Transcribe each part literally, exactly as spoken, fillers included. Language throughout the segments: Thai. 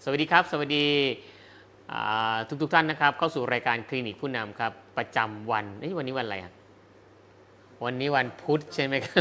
วัสดีครับสวัสดีทุกทุกท่านนะครับเข้าสู่รายการคลินิกผู้นำครับประจำวันนี่วันนี้วันอะไรอ่ะวันนี้วันพุธใช่ไหมครับ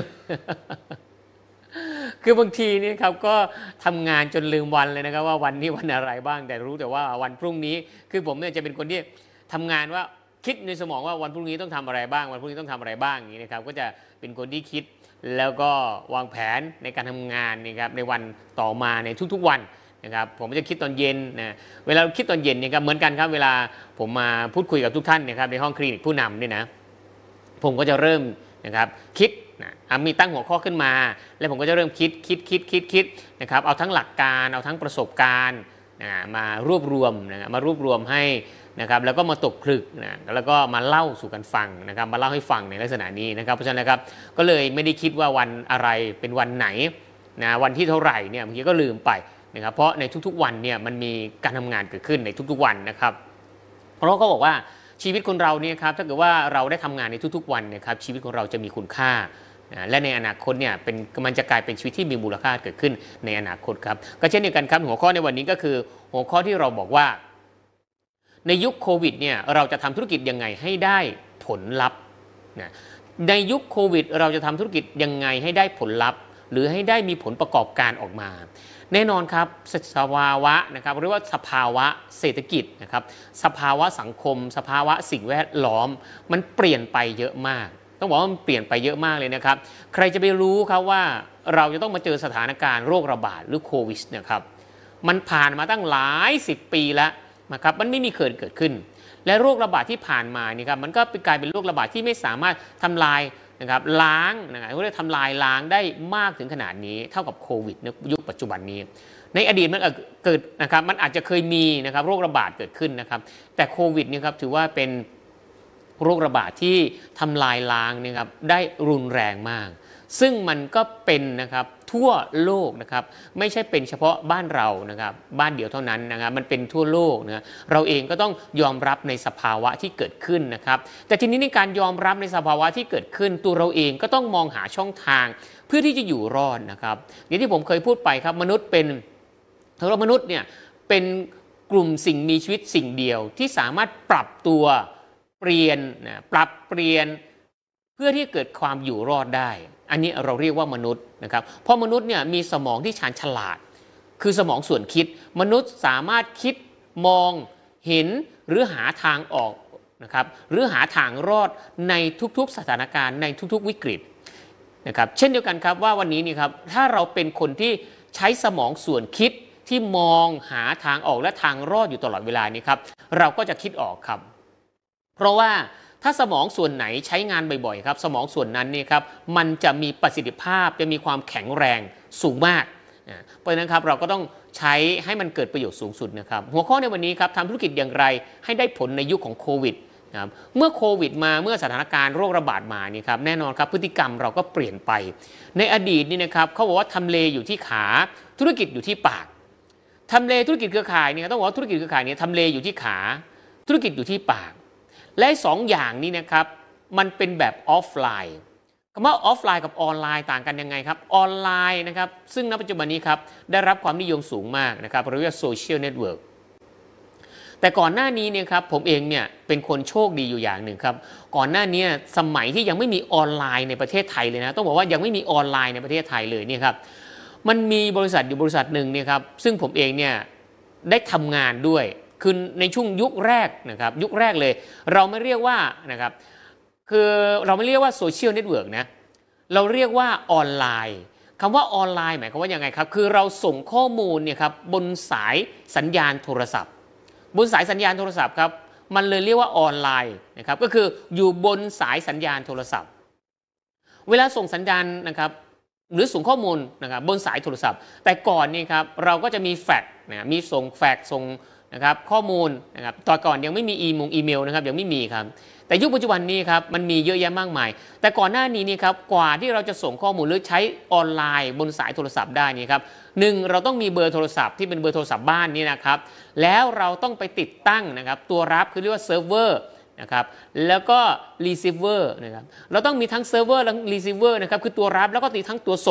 คือบางทีนี่ครับก็ทำงานจนลืมวันเลยนะครับว่าวันนี้วันอะไรบ้างแต่รู้แต่ว่าวันพรุ่งนี้คือผมเนี่ยจะเป็นคนที่ทำงานว่าคิดในสมองว่าวันพรุ่งนี้ต้องทำอะไรบ้างวันพรุ่งนี้ต้องทำอะไรบ้างอย่างนี้นะครับก็จะเป็นคนที่คิดแล้วก็วางแผนในการทำงานนะครับในวันต่อมาในทุกๆวันนะครับผมจะคิดตอนเย็นนะเวลาคิดตอนเย็นเนี่ยครับเหมือนกันครับเวลาผมมาพูดคุยกับทุกท่านนะครับในห้องคลินิกผู้นำเนี่ยนะผมก็จะเริ่มนะครับคิดนะมีตั้งหัวข้อขึ้นมาแล้วผมก็จะเริ่มคิดคิดคิดคิดคิดนะครับเอาทั้งหลักการเอาทั้งประสบการณ์นะมารวบรวมนะมารวบรวมให้นะครับแล้วก็มาตกผลึกนะแล้วก็มาเล่าสู่กันฟังนะครับมาเล่าให้ฟังในลักษณะนี้นะครับเพราะฉะนั้นนะครับก็เลยไม่ได้คิดว่าวันอะไรเป็นวันไหนนะวันที่เท่าไหร่เนี่ยบางทีก็ลืมไปนะครับเพราะในทุกๆวันเนี่ยมันมีการทำงานเกิดขึ้นในทุกๆวันนะครับเพราะเขาบอกว่าชีวิตคนเราเนี่ยครับถ้าเกิดว่าเราได้ทำงานในทุกๆวันเนี่ยครับชีวิตของเราจะมีคุณค่าและในอนาคตเนี่ยเป็นมันจะกลายเป็นชีวิตที่มีมูลค่าเกิดขึ้นในอนาคตครับก็เช่นเดียวกันครับหัวข้อในวันนี้ก็คือหัวข้อที่เราบอกว่าในยุคโควิดเนี่ยเราจะทำธุรกิจยังไงให้ได้ผลลัพธ์นะในยุคโควิดเราจะทำธุรกิจยังไงให้ได้ผลลัพธ์หรือให้ได้มีผลประกอบการออกมาแน่นอนครับสภาวะนะครับหรือว่าสภาวะเศรษฐกิจนะครับสภาวะสังคมสภาวะสิ่งแวดล้อมมันเปลี่ยนไปเยอะมากต้องบอกว่ามันเปลี่ยนไปเยอะมากเลยนะครับใครจะไปรู้ครับว่าเราจะต้องมาเจอสถานการณ์โรคระบาดหรือโควิดนะครับมันผ่านมาตั้งหลายสิบปีแล้วนะครับมันไม่มีเคยเกิดขึ้นและโรคระบาดที่ผ่านมานี่ครับมันก็กลายเป็นโรคระบาดที่ไม่สามารถทำลายนะครับล้างนะครับเขาเรียกทำลายล้างได้มากถึงขนาดนี้เท่ากับโควิดในยุคปัจจุบันนี้ในอดีตมันเกิดนะครับมันอาจจะเคยมีนะครับโรคระบาดเกิดขึ้นนะครับแต่โควิดนี่ครับถือว่าเป็นโรคระบาดที่ทำลายล้างนะครับได้รุนแรงมากซึ่งมันก็เป็นนะครับทั่วโลกนะครับไม่ใช่เป็นเฉพาะบ้านเรานะครับบ้านเดียวเท่านั้นนะครับมันเป็นทั่วโลกนะเราเองก็ต้องยอมรับในสภาวะที่เกิดขึ้นนะครับแต่ทีนี้ในการยอมรับในสภาวะที่เกิดขึ้นตัวเราเองก็ต้องมองหาช่องทางเพื่อที่จะอยู่รอดนะครับอย่างที่ผมเคยพูดไปครับมนุษย์เป็นเรามนุษย์เนี่ยเป็นกลุ่มสิ่งมีชีวิตสิ่งเดียวที่สามารถปรับตัวเปลี่ยนนะปรับเปลี่ยนเพื่อที่เกิดความอยู่รอดได้อันนี้เราเรียกว่ามนุษย์นะครับเพราะมนุษย์เนี่ยมีสมองที่ชาญฉลาดคือสมองส่วนคิดมนุษย์สามารถคิดมองเห็นหรือหาทางออกนะครับหรือหาทางรอดในทุกๆสถานการณ์ในทุกๆวิกฤตนะครับเช่นเดียวกันครับว่าวันนี้นี่ครับถ้าเราเป็นคนที่ใช้สมองส่วนคิดที่มองหาทางออกและทางรอดอยู่ตลอดเวลานี้ครับเราก็จะคิดออกครับเพราะว่าถ้าสมองส่วนไหนใช้งานบ่อยๆครับสมองส่วนนั้นนี่ครับมันจะมีประสิทธิภาพจะมีความแข็งแรงสูงมากเพราะฉะนั้นครับเราก็ต้องใช้ให้มันเกิดประโยชน์สูงสุดนะครับหัวข้อในวันนี้ครับทำธุรกิจอย่างไรให้ได้ผลในยุคของโควิดนะครับเมื่อโควิดมาเมื่อสถานการณ์โรคระบาดมานี่ครับแน่นอนครับพฤติกรรมเราก็เปลี่ยนไปในอดีตนี่นะครับเขาบอกว่าทำเลอยู่ที่ขาธุรกิจอยู่ที่ปากทำเลธุรกิจเครือข่ายเนี่ยต้องบอกว่าธุรกิจเครือข่ายเนี่ยทำเลอยู่ที่ขาธุรกิจอยู่ที่ปากและสองอย่างนี้นะครับมันเป็นแบบออฟไลน์คำว่าออฟไลน์กับออนไลน์ต่างกันยังไงครับออนไลน์นะครับซึ่งณปัจจุบันนี้ครับได้รับความนิยมสูงมากนะครับเรียกว่าโซเชียลเน็ตเวิร์กแต่ก่อนหน้านี้เนี่ยครับผมเองเนี่ยเป็นคนโชคดีอยู่อย่างหนึ่งครับก่อนหน้านี้สมัยที่ยังไม่มีออนไลน์ในประเทศไทยเลยนะต้องบอกว่ายังไม่มีออนไลน์ในประเทศไทยเลยเนี่ยครับมันมีบริษัทอยู่บริษัทหนึ่งเนี่ยครับซึ่งผมเองเนี่ยได้ทำงานด้วยคือในช่วงยุคแรกนะครับยุคแรกเลยเราไม่เรียกว่านะครับคือเราไม่เรียกว่าโซเชียลเน็ตเวิร์กนะเราเรียกว่าออนไลน์คำว่าออนไลน์หมายความว่ายังไงครับคือเราส่งข้อมูลเนี่ยครับบนสายสัญญาณโทรศัพท์บนสายสัญญาณโทรศัพท์ครับมันเลยเรียกว่าออนไลน์นะครับก็คืออยู่บนสายสัญญาณโทรศัพท์เวลาส่งสัญญาณนะครับหรือส่งข้อมูลนะครับบนสายโทรศัพท์แต่ก่อนนี่ครับเราก็จะมีแฟกซ์นะมีส่งแฟกซ์ส่งนะครับข้อมูลนะครับตอนก่อนยังไม่มีอีมงอีเมลนะครับยังไม่มีครับแต่ยุคปัจจุบันนี้ครับมันมีเยอะแยะมากมายแต่ก่อนหน้านี้นี่ครับกว่าที่เราจะส่งข้อมูลหรือใช้ออนไลน์บนสายโทรศัพท์ได้นี่ครับหนึ่งเราต้องมีเบอร์โทรศัพท์ที่เป็นเบอร์โทรศัพท์บ้านนี่นะครับแล้วเราต้องไปติดตั้งนะครับตัวรับคือเรียกว่าเซิร์ฟเวอร์นะครับแล้วก็รีเซิฟเวอร์นะครับเราต้องมีทั้งเซิร์ฟเวอร์และรีเซิฟเวอร์นะครับคือตัวรับแล้วก็ติดทั้งตัวส่ง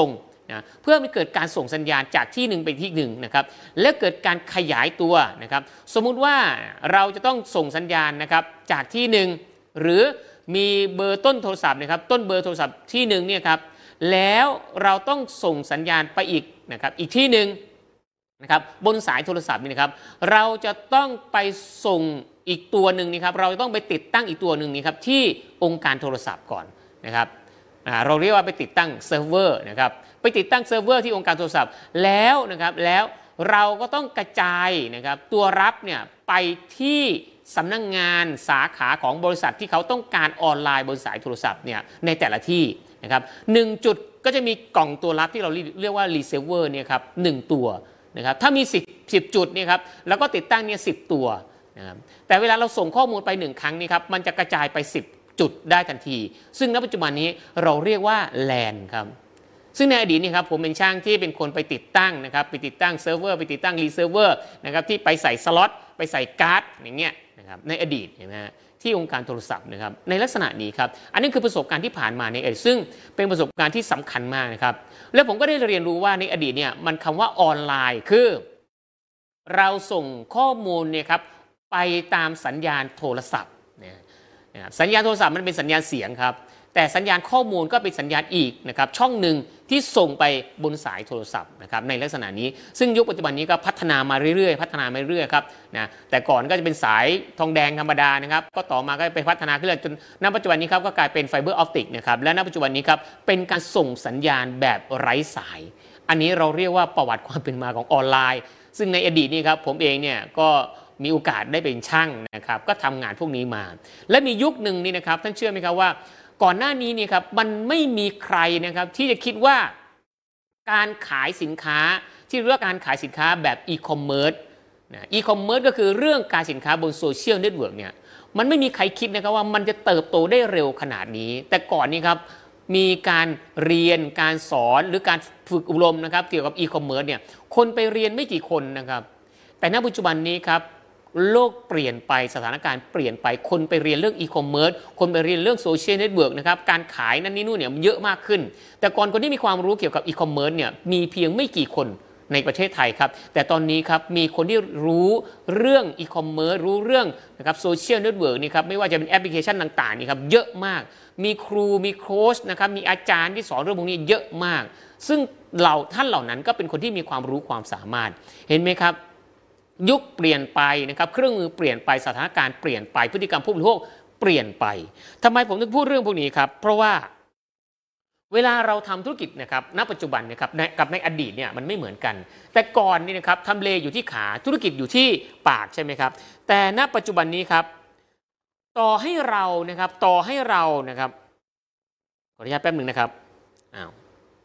นะเพื่อให้เกิดการส่งสัญญาณจากที่หนึ่งไปที่หนึ่งนะครับและเกิดการขยายตัวนะครับสมมุติว่าเราจะต้องส่งสัญญาณนะครับจากที่หนึ่งหรือมีเบอร์ต้นโทรศัพท์นะครับต้นเบอร์โทรศัพท์ที่หนึ่งเนี่ยครับแล้วเราต้องส่งสัญญาณไปอีกนะครับอีกที่หนึ่งนะครับบนสายโทรศัพท์นี่นะครับเราจะต้องไปส่งอีกตัวหนึ่งนี่ครับเราต้องไปติดตั้งอีกตัวหนึ่งนี่ครับที่องค์การโทรศัพท์ก่อนนะครับเราเรียกว่าไปติดตั้งเซิร์ฟเวอร์นะครับไปติดตั้งเซิร์ฟเวอร์ที่องค์การโทรศัพท์แล้วนะครับแล้วเราก็ต้องกระจายนะครับตัวรับเนี่ยไปที่สำนักงงานสาขาของบริษัทที่เขาต้องการออนไลน์บนสายโทรศัพท์เนี่ยในแต่ละที่นะครับหนึ่งจุดก็จะมีกล่องตัวรับที่เราเรียกว่ารีเซิร์ฟเวอร์เนี่ยครับหนึ่งตัวนะครับถ้ามีสิบ สิบจุดเนี่ยครับแล้วก็ติดตั้งเนี่ยสิบตัวนะครับแต่เวลาเราส่งข้อมูลไปหนึ่งครั้งนี่ครับมันจะกระจายไปสิบจุดได้ทันทีซึ่งณปัจจุบันนี้เราเรียกว่าแลนครับซึ่งในอดีตนี่ครับผมเป็นช่างที่เป็นคนไปติดตั้งนะครับไปติดตั้งเซิร์ฟเวอร์ไปติดตั้งรีเซิร์ฟเวอร์นะครับที่ไปใส่สล็อตไปใส่การ์ดอย่างเงี้ยนะครับในอดีตเห็นไหมฮะที่องค์การโทรศัพท์นะครับในลักษณะนี้ครับอันนี้คือประสบการณ์ที่ผ่านมาในอดีตซึ่งเป็นประสบการณ์ที่สำคัญมากนะครับแล้วผมก็ได้เรียนรู้ว่าในอดีตเนี่ยมันคำว่าออนไลน์คือเราส่งข้อมูลเนี่ยครับไปตามสัญญาณโทรศัพท์นะครับสัญญาณโทรศัพท์มันเป็นสัญญาณเสียงครับแต่สัญญาณข้อมูลก็เป็นสัญญาณอีกนะครับช่องหนึ่งที่ส่งไปบนสายโทรศัพท์นะครับในลักษณะนี้ซึ่งยุคปัจจุบันนี้ก็พัฒนามาเรื่อยๆพัฒนามาเรื่อยๆครับนะแต่ก่อนก็จะเป็นสายทองแดงธรรมดานะครับก็ต่อมาก็ไปพัฒนาขึ้นจนณปัจจุบันนี้ครับก็กลายเป็นไฟเบอร์ออปติกนะครับและณปัจจุบันนี้ครับเป็นการส่งสัญญาณแบบไร้สายอันนี้เราเรียกว่าประวัติความเป็นมาของออนไลน์ซึ่งในอดีตนี่ครับผมเองเนี่ยก็มีโอกาสได้เป็นช่างนะครับก็ทำงานพวกนี้มาและมียุคหนึ่งนี่นะครับท่านเชื่อไหมครับว่าก่อนหน้านี้นี่ครับมันไม่มีใครนะครับที่จะคิดว่าการขายสินค้าที่เรียกว่าการขายสินค้าแบบอีคอมเมิร์ซนะอีคอมเมิร์ซก็คือเรื่องการสินค้าบนโซเชียลเน็ตเวิร์กเนี่ยมันไม่มีใครคิดนะครับว่ามันจะเติบโตได้เร็วขนาดนี้แต่ก่อนนี้ครับมีการเรียนการสอนหรือการฝึกอบรมนะครับเกี่ยวกับอีคอมเมิร์ซเนี่ยคนไปเรียนไม่กี่คนนะครับแต่ณปัจจุบันนี้ครับโลกเปลี่ยนไปสถานการณ์เปลี่ยนไปคนไปเรียนเรื่องอีคอมเมิร์ซคนไปเรียนเรื่องโซเชียลเน็ตเวิร์กนะครับการขายนั่นนี่นู่นเนี่ยเยอะมากขึ้นแต่ก่อนคนที่มีความรู้เกี่ยวกับอีคอมเมิร์ซเนี่ยมีเพียงไม่กี่คนในประเทศไทยครับแต่ตอนนี้ครับมีคนที่รู้เรื่องอีคอมเมิร์ซรู้เรื่องนะครับโซเชียลเน็ตเวิร์กนี่ครับไม่ว่าจะเป็นแอปพลิเคชันต่างๆนี่ครับเยอะมากมีครูมีโค้ชนะครับมีอาจารย์ที่สอนเรื่องพวกนี้เยอะมากซึ่งเราท่านเหล่านั้นก็เป็นคนที่มีความรู้ความสามารถเห็นไหมครับยุคเปลี่ยนไปนะครับเครื่องมือเปลี่ยนไปสถานการณ์เปลี่ยนไปพฤติกรรมผู้บริโภคเปลี่ยนไปทำไมผมถึงพูดเรื่องพวกนี้ครับเพราะว่าเวลาเราทำธุรกิจนะครับณปัจจุบันนะครับกับในอดีตเนี่ยมันไม่เหมือนกันแต่ก่อนนี่นะครับทำเลอยู่ที่ขาธุรกิจอยู่ที่ปากใช่ไหมครับแต่ณปัจจุบันนี้ครับต่อให้เรานะครับต่อให้เรานะครับขออนุญาตแป๊บหนึ่งนะครับอ้าว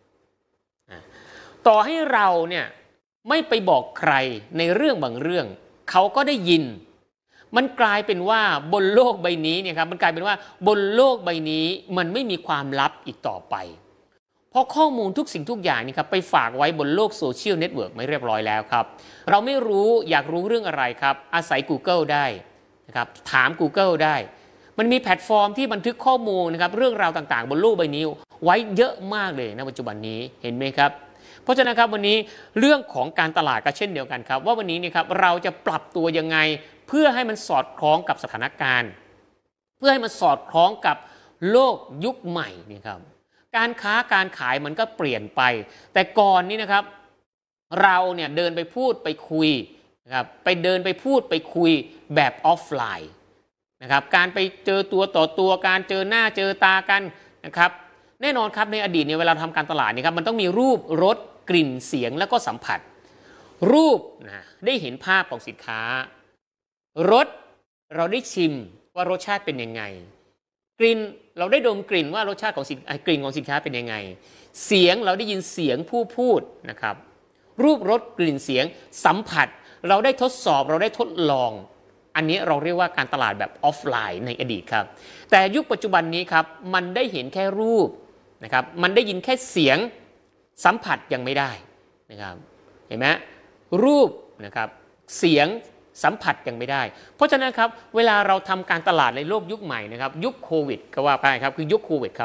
ต่อให้เราเนี่ยไม่ไปบอกใครในเรื่องบางเรื่องเขาก็ได้ยินมันกลายเป็นว่าบนโลกใบนี้เนี่ยครับมันกลายเป็นว่าบนโลกใบนี้มันไม่มีความลับอีกต่อไปเพราะข้อมูลทุกสิ่งทุกอย่างนี่ครับไปฝากไว้บนโลกโซเชียลเน็ตเวิร์กไม่เรียบร้อยแล้วครับเราไม่รู้อยากรู้เรื่องอะไรครับอาศัย Google ได้นะครับถาม Google ได้มันมีแพลตฟอร์มที่บันทึกข้อมูลนะครับเรื่องราวต่างๆบนโลกใบนี้ไว้เยอะมากเลยในปัจจุบันนี้เห็นไหมครับเพราะฉะนั้นครับวันนี้เรื่องของการตลาดก็เช่นเดียวกันครับว่าวันนี้นี่ครับเราจะปรับตัวยังไงเพื่อให้มันสอดคล้องกับสถานการณ์เพื่อให้มันสอดคล้องกับโลกยุคใหม่นี่ครับการค้าการขายมันก็เปลี่ยนไปแต่ก่อนนี้นะครับเราเนี่ยเดินไปพูดไปคุยนะครับไปเดินไปพูดไปคุยแบบออฟไลน์นะครับการไปเจอตัวต่อตัวการเจอหน้าเจอตากันนะครับแน่นอนครับในอดีตเนี่ยเวลาทำการตลาดนี่ครับมันต้องมีรูปรสกลิ่นเสียงแล้วก็สัมผัสรูปนะได้เห็นภาพของสินค้ารสเราได้ชิมว่ารสชาติเป็นยังไงกลิ่นเราได้ดมกลิ่นว่ารสชาติของสินกลิ่นของสินค้าเป็นยังไงเสียงเราได้ยินเสียงผู้พูดนะครับรูปรสกลิ่นเสียงสัมผัสเราได้ทดสอบเราได้ทดลองอันนี้เราเรียกว่าการตลาดแบบออฟไลน์ในอดีตครับแต่ยุคปัจจุบันนี้ครับมันได้เห็นแค่รูปนะครับมันได้ยินแค่เสียงสัมผัสยังไม่ได้นะครับเห็นไหมรูปนะครับเสียงสัมผัสยังไม่ได้เพราะฉะนั้นครับเวลาเราทำการตลาดในโลกยุคใหม่นะครับยุคโควิดก็ว่าไปครับคือยุคโควิดครับ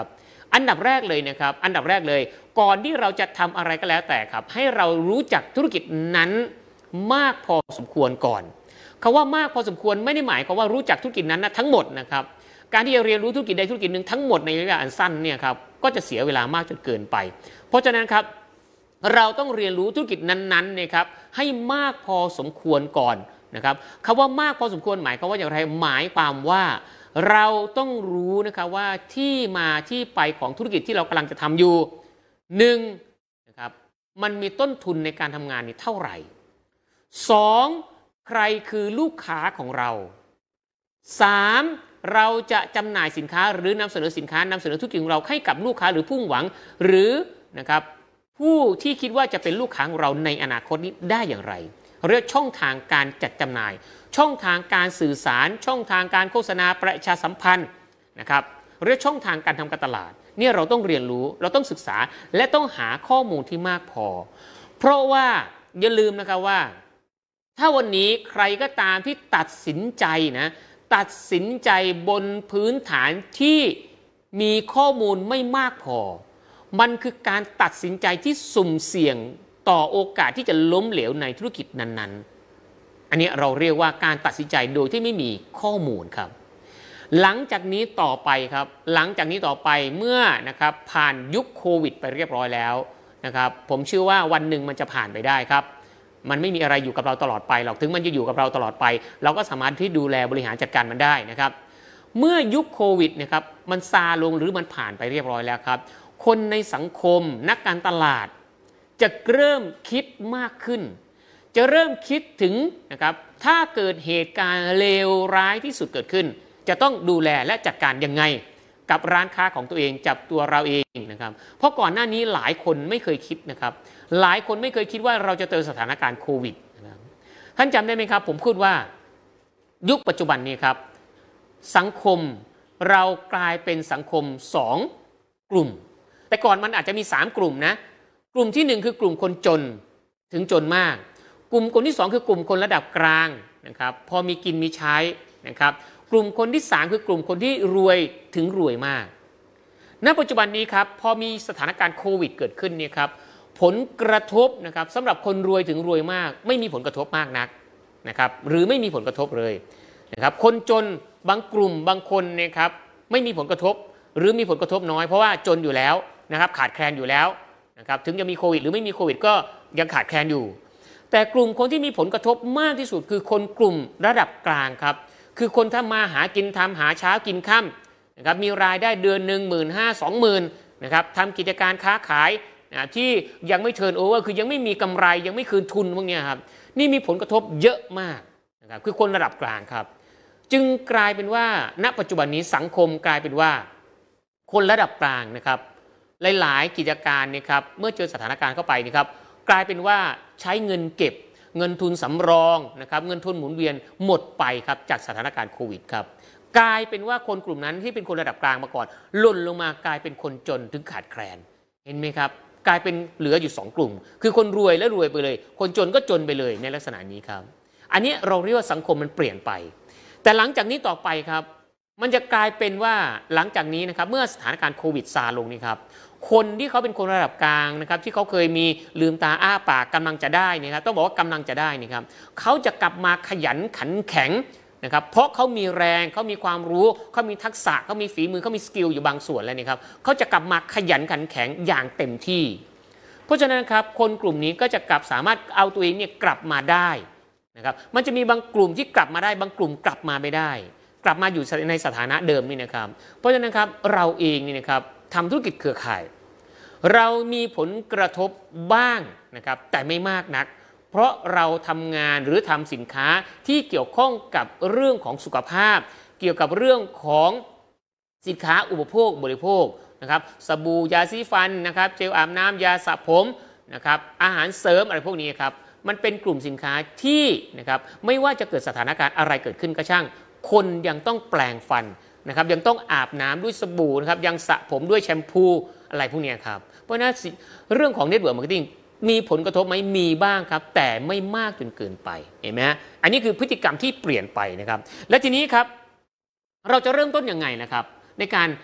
อันดับแรกเลยนะครับอันดับแรกเลยก่อนที่เราจะทำอะไรก็แล้วแต่ครับให้เรารู้จักธุรกิจนั้นมากพอสมควรก่อนคำว่ามากพอสมควรไม่ได้หมายความว่ารู้จักธุรกิจนั้นนะทั้งหมดนะครับการที่จะเรียนรู้ธุรกิจใดธุรกิจหนึ่งทั้งหมดในระยะอันสั้นเนี่ยครับก็จะเสียเวลามากจนเกินไปเพราะฉะนั้นครับเราต้องเรียนรู้ธุรกิจนั้นๆเนี่ยครับให้มากพอสมควรก่อนนะครับคำว่ามากพอสมควรหมายความว่าอย่างไรหมายความว่าเราต้องรู้นะครับว่าที่มาที่ไปของธุรกิจที่เรากำลังจะทำอยู่หนึ่งนะครับมันมีต้นทุนในการทำงานนี่เท่าไหร่สองใครคือลูกค้าของเราสามเราจะจำหน่ายสินค้าหรือนำเสนอสินค้านำเสนอธุรกิจของเราให้กับลูกค้าหรือผู้หวังหรือนะครับผู้ที่คิดว่าจะเป็นลูกค้าของเราในอนาคตนี้ได้อย่างไรเรียกช่องทางการจัดจำหน่ายช่องทางการสื่อสารช่องทางการโฆษณาประชาสัมพันธ์นะครับเรียกช่องทางการทำการตลาดเนี่ยเราต้องเรียนรู้เราต้องศึกษาและต้องหาข้อมูลที่มากพอเพราะว่าอย่าลืมนะครับว่าถ้าวันนี้ใครก็ตามที่ตัดสินใจนะตัดสินใจบนพื้นฐานที่มีข้อมูลไม่มากพอมันคือการตัดสินใจที่สุ่มเสี่ยงต่อโอกาสที่จะล้มเหลวในธุรกิจนั้นๆอันนี้เราเรียกว่าการตัดสินใจโดยที่ไม่มีข้อมูลครับหลังจากนี้ต่อไปครับหลังจากนี้ต่อไปเมื่อนะครับผ่านยุคโควิดไปเรียบร้อยแล้วนะครับผมเชื่อว่าวันหนึ่งมันจะผ่านไปได้ครับมันไม่มีอะไรอยู่กับเราตลอดไปหรอกถึงมันจะอยู่กับเราตลอดไปเราก็สามารถที่ดูแลบริหารจัดการมันได้นะครับเมื่อยุคโควิดนะครับมันซาลงหรือมันผ่านไปเรียบร้อยแล้วครับคนในสังคมนักการตลาดจะเริ่มคิดมากขึ้นจะเริ่มคิดถึงนะครับถ้าเกิดเหตุการณ์เลวร้ายที่สุดเกิดขึ้นจะต้องดูแลและจัดการยังไงกับร้านค้าของตัวเองจับตัวเราเองนะครับเพราะก่อนหน้านี้หลายคนไม่เคยคิดนะครับหลายคนไม่เคยคิดว่าเราจะเจอสถานการณ์โควิดนะครับท่านจำได้ไหมครับผมพูดว่ายุคปัจจุบันนี้ครับสังคมเรากลายเป็นสังคมสองกลุ่มแต่ก่อนมันอาจจะมีสามกลุ่มนะกลุ่มที่หนึ่งคือกลุ่มคนจนถึงจนมากกลุ่มคนที่สองคือกลุ่มคนระดับกลางนะครับพอมีกินมีใช้นะครับกลุ่มคนที่สามคือกลุ่มคนที่รวยถึงรวยมากณปัจจุบันนี้ครับพอมีสถานการณ์โควิดเกิดขึ้นเนี่ยครับผลกระทบนะครับสำหรับคนรวยถึงรวยมากไม่มีผลกระทบมากนักนะครับหรือไม่มีผลกระทบเลยนะครับคนจนบางกลุ่มบางคนนะครับไม่มีผลกระทบหรือมีผลกระทบน้อยเพราะว่าจนอยู่แล้วนะครับขาดแคลนอยู่แล้วนะครับถึงจะมีโควิดหรือไม่มีโควิดก็ยังขาดแคลนอยู่แต่กลุ่มคนที่มีผลกระทบมากที่สุดคือคนกลุ่มระดับกลางครับคือคนทำมาหากินทำหาเช้ากินค่ำนะครับมีรายได้เดือนหนึ่งหมื่นห้าสองหมื่นนะครับทำกิจการค้าขายนะที่ยังไม่เทิร์นโอเวอร์คือยังไม่มีกำไรยังไม่คืนทุนพวกนี้ครับนี่มีผลกระทบเยอะมากนะครับคือคนระดับกลางครับจึงกลายเป็นว่าณปัจจุบันนี้สังคมกลายเป็นว่าคนระดับกลางนะครับหลายๆกิจการนะครับเมื่อเจอสถานการณ์เข้าไปนะครับกลายเป็นว่าใช้เงินเก็บเงินทุนสำรองนะครับเงินทุนหมุนเวียนหมดไปครับจากสถานการณ์โควิดครับกลายเป็นว่าคนกลุ่มนั้นที่เป็นคนระดับกลางมาก่อนหล่นลงมากลายเป็นคนจนถึงขาดแคลนเห็นไหมครับกลายเป็นเหลืออยู่สองกลุ่มคือคนรวยและรวยไปเลยคนจนก็จนไปเลยในลักษณะนี้ครับอันนี้เราเรียกว่าสังคมมันเปลี่ยนไปแต่หลังจากนี้ต่อไปครับมันจะกลายเป็นว่าหลังจากนี้นะครับเมื่อสถานการณ์โควิดซาลงนี่ครับคนที่เขาเป็นคนระดับกลางนะครับที่เขาเคยมีลืมตาอ้าปากกำลังจะได้นะครับต้องบอกว่ากำลังจะได้นะครับเขาจะกลับมาขยันขันแข็งนะครับเพราะเขามีแรงเขามีความรู้เขามีทักษะเขามีฝีมือเขามีสกิลอยู่บางส่วนแล้วนี่ครับเขาจะกลับมาขยันขันแข็งอย่างเต็มที่เพราะฉะนั้นครับคนกลุ่มนี้ก็จะกลับสามารถเอาตัวเองเนี่ยกลับมาได้นะครับมันจะมีบางกลุ่มที่กลับมาได้บางกลุ่มกลับมาไม่ได้กลับมาอยู่ในสถานะเดิมนี่นะครับเพราะฉะนั้นครับเราเองนี่นะครับทำธุรกิจเครือข่ายเรามีผลกระทบบ้างนะครับแต่ไม่มากนักเพราะเราทำงานหรือทำสินค้าที่เกี่ยวข้องกับเรื่องของสุขภาพเกี่ยวกับเรื่องของสินค้าอุปโภคบริโภคนะครับสบู่ยาสีฟันนะครับเจลอาบน้ำยาสระผมนะครับอาหารเสริมอะไรพวกนี้ครับมันเป็นกลุ่มสินค้าที่นะครับไม่ว่าจะเกิดสถานการณ์อะไรเกิดขึ้นก็ช่างคนยังต้องแปลงฟันนะครับยังต้องอาบน้ำด้วยสบู่นะครับยังสระผมด้วยแชมพูอะไรพวกนี้ครับเพราะนั้นเรื่องของเน็ตเวิร์คมาร์เก็ตติ้งมีผลกระทบไหมมีบ้างครับแต่ไม่มากจนเกินไปเห็นไหมฮะอันนี้คือพฤติกรรมที่เปลี่ยนไปนะครับและทีนี้ครับเราจะเริ่มต้นยังไงนะครับในการ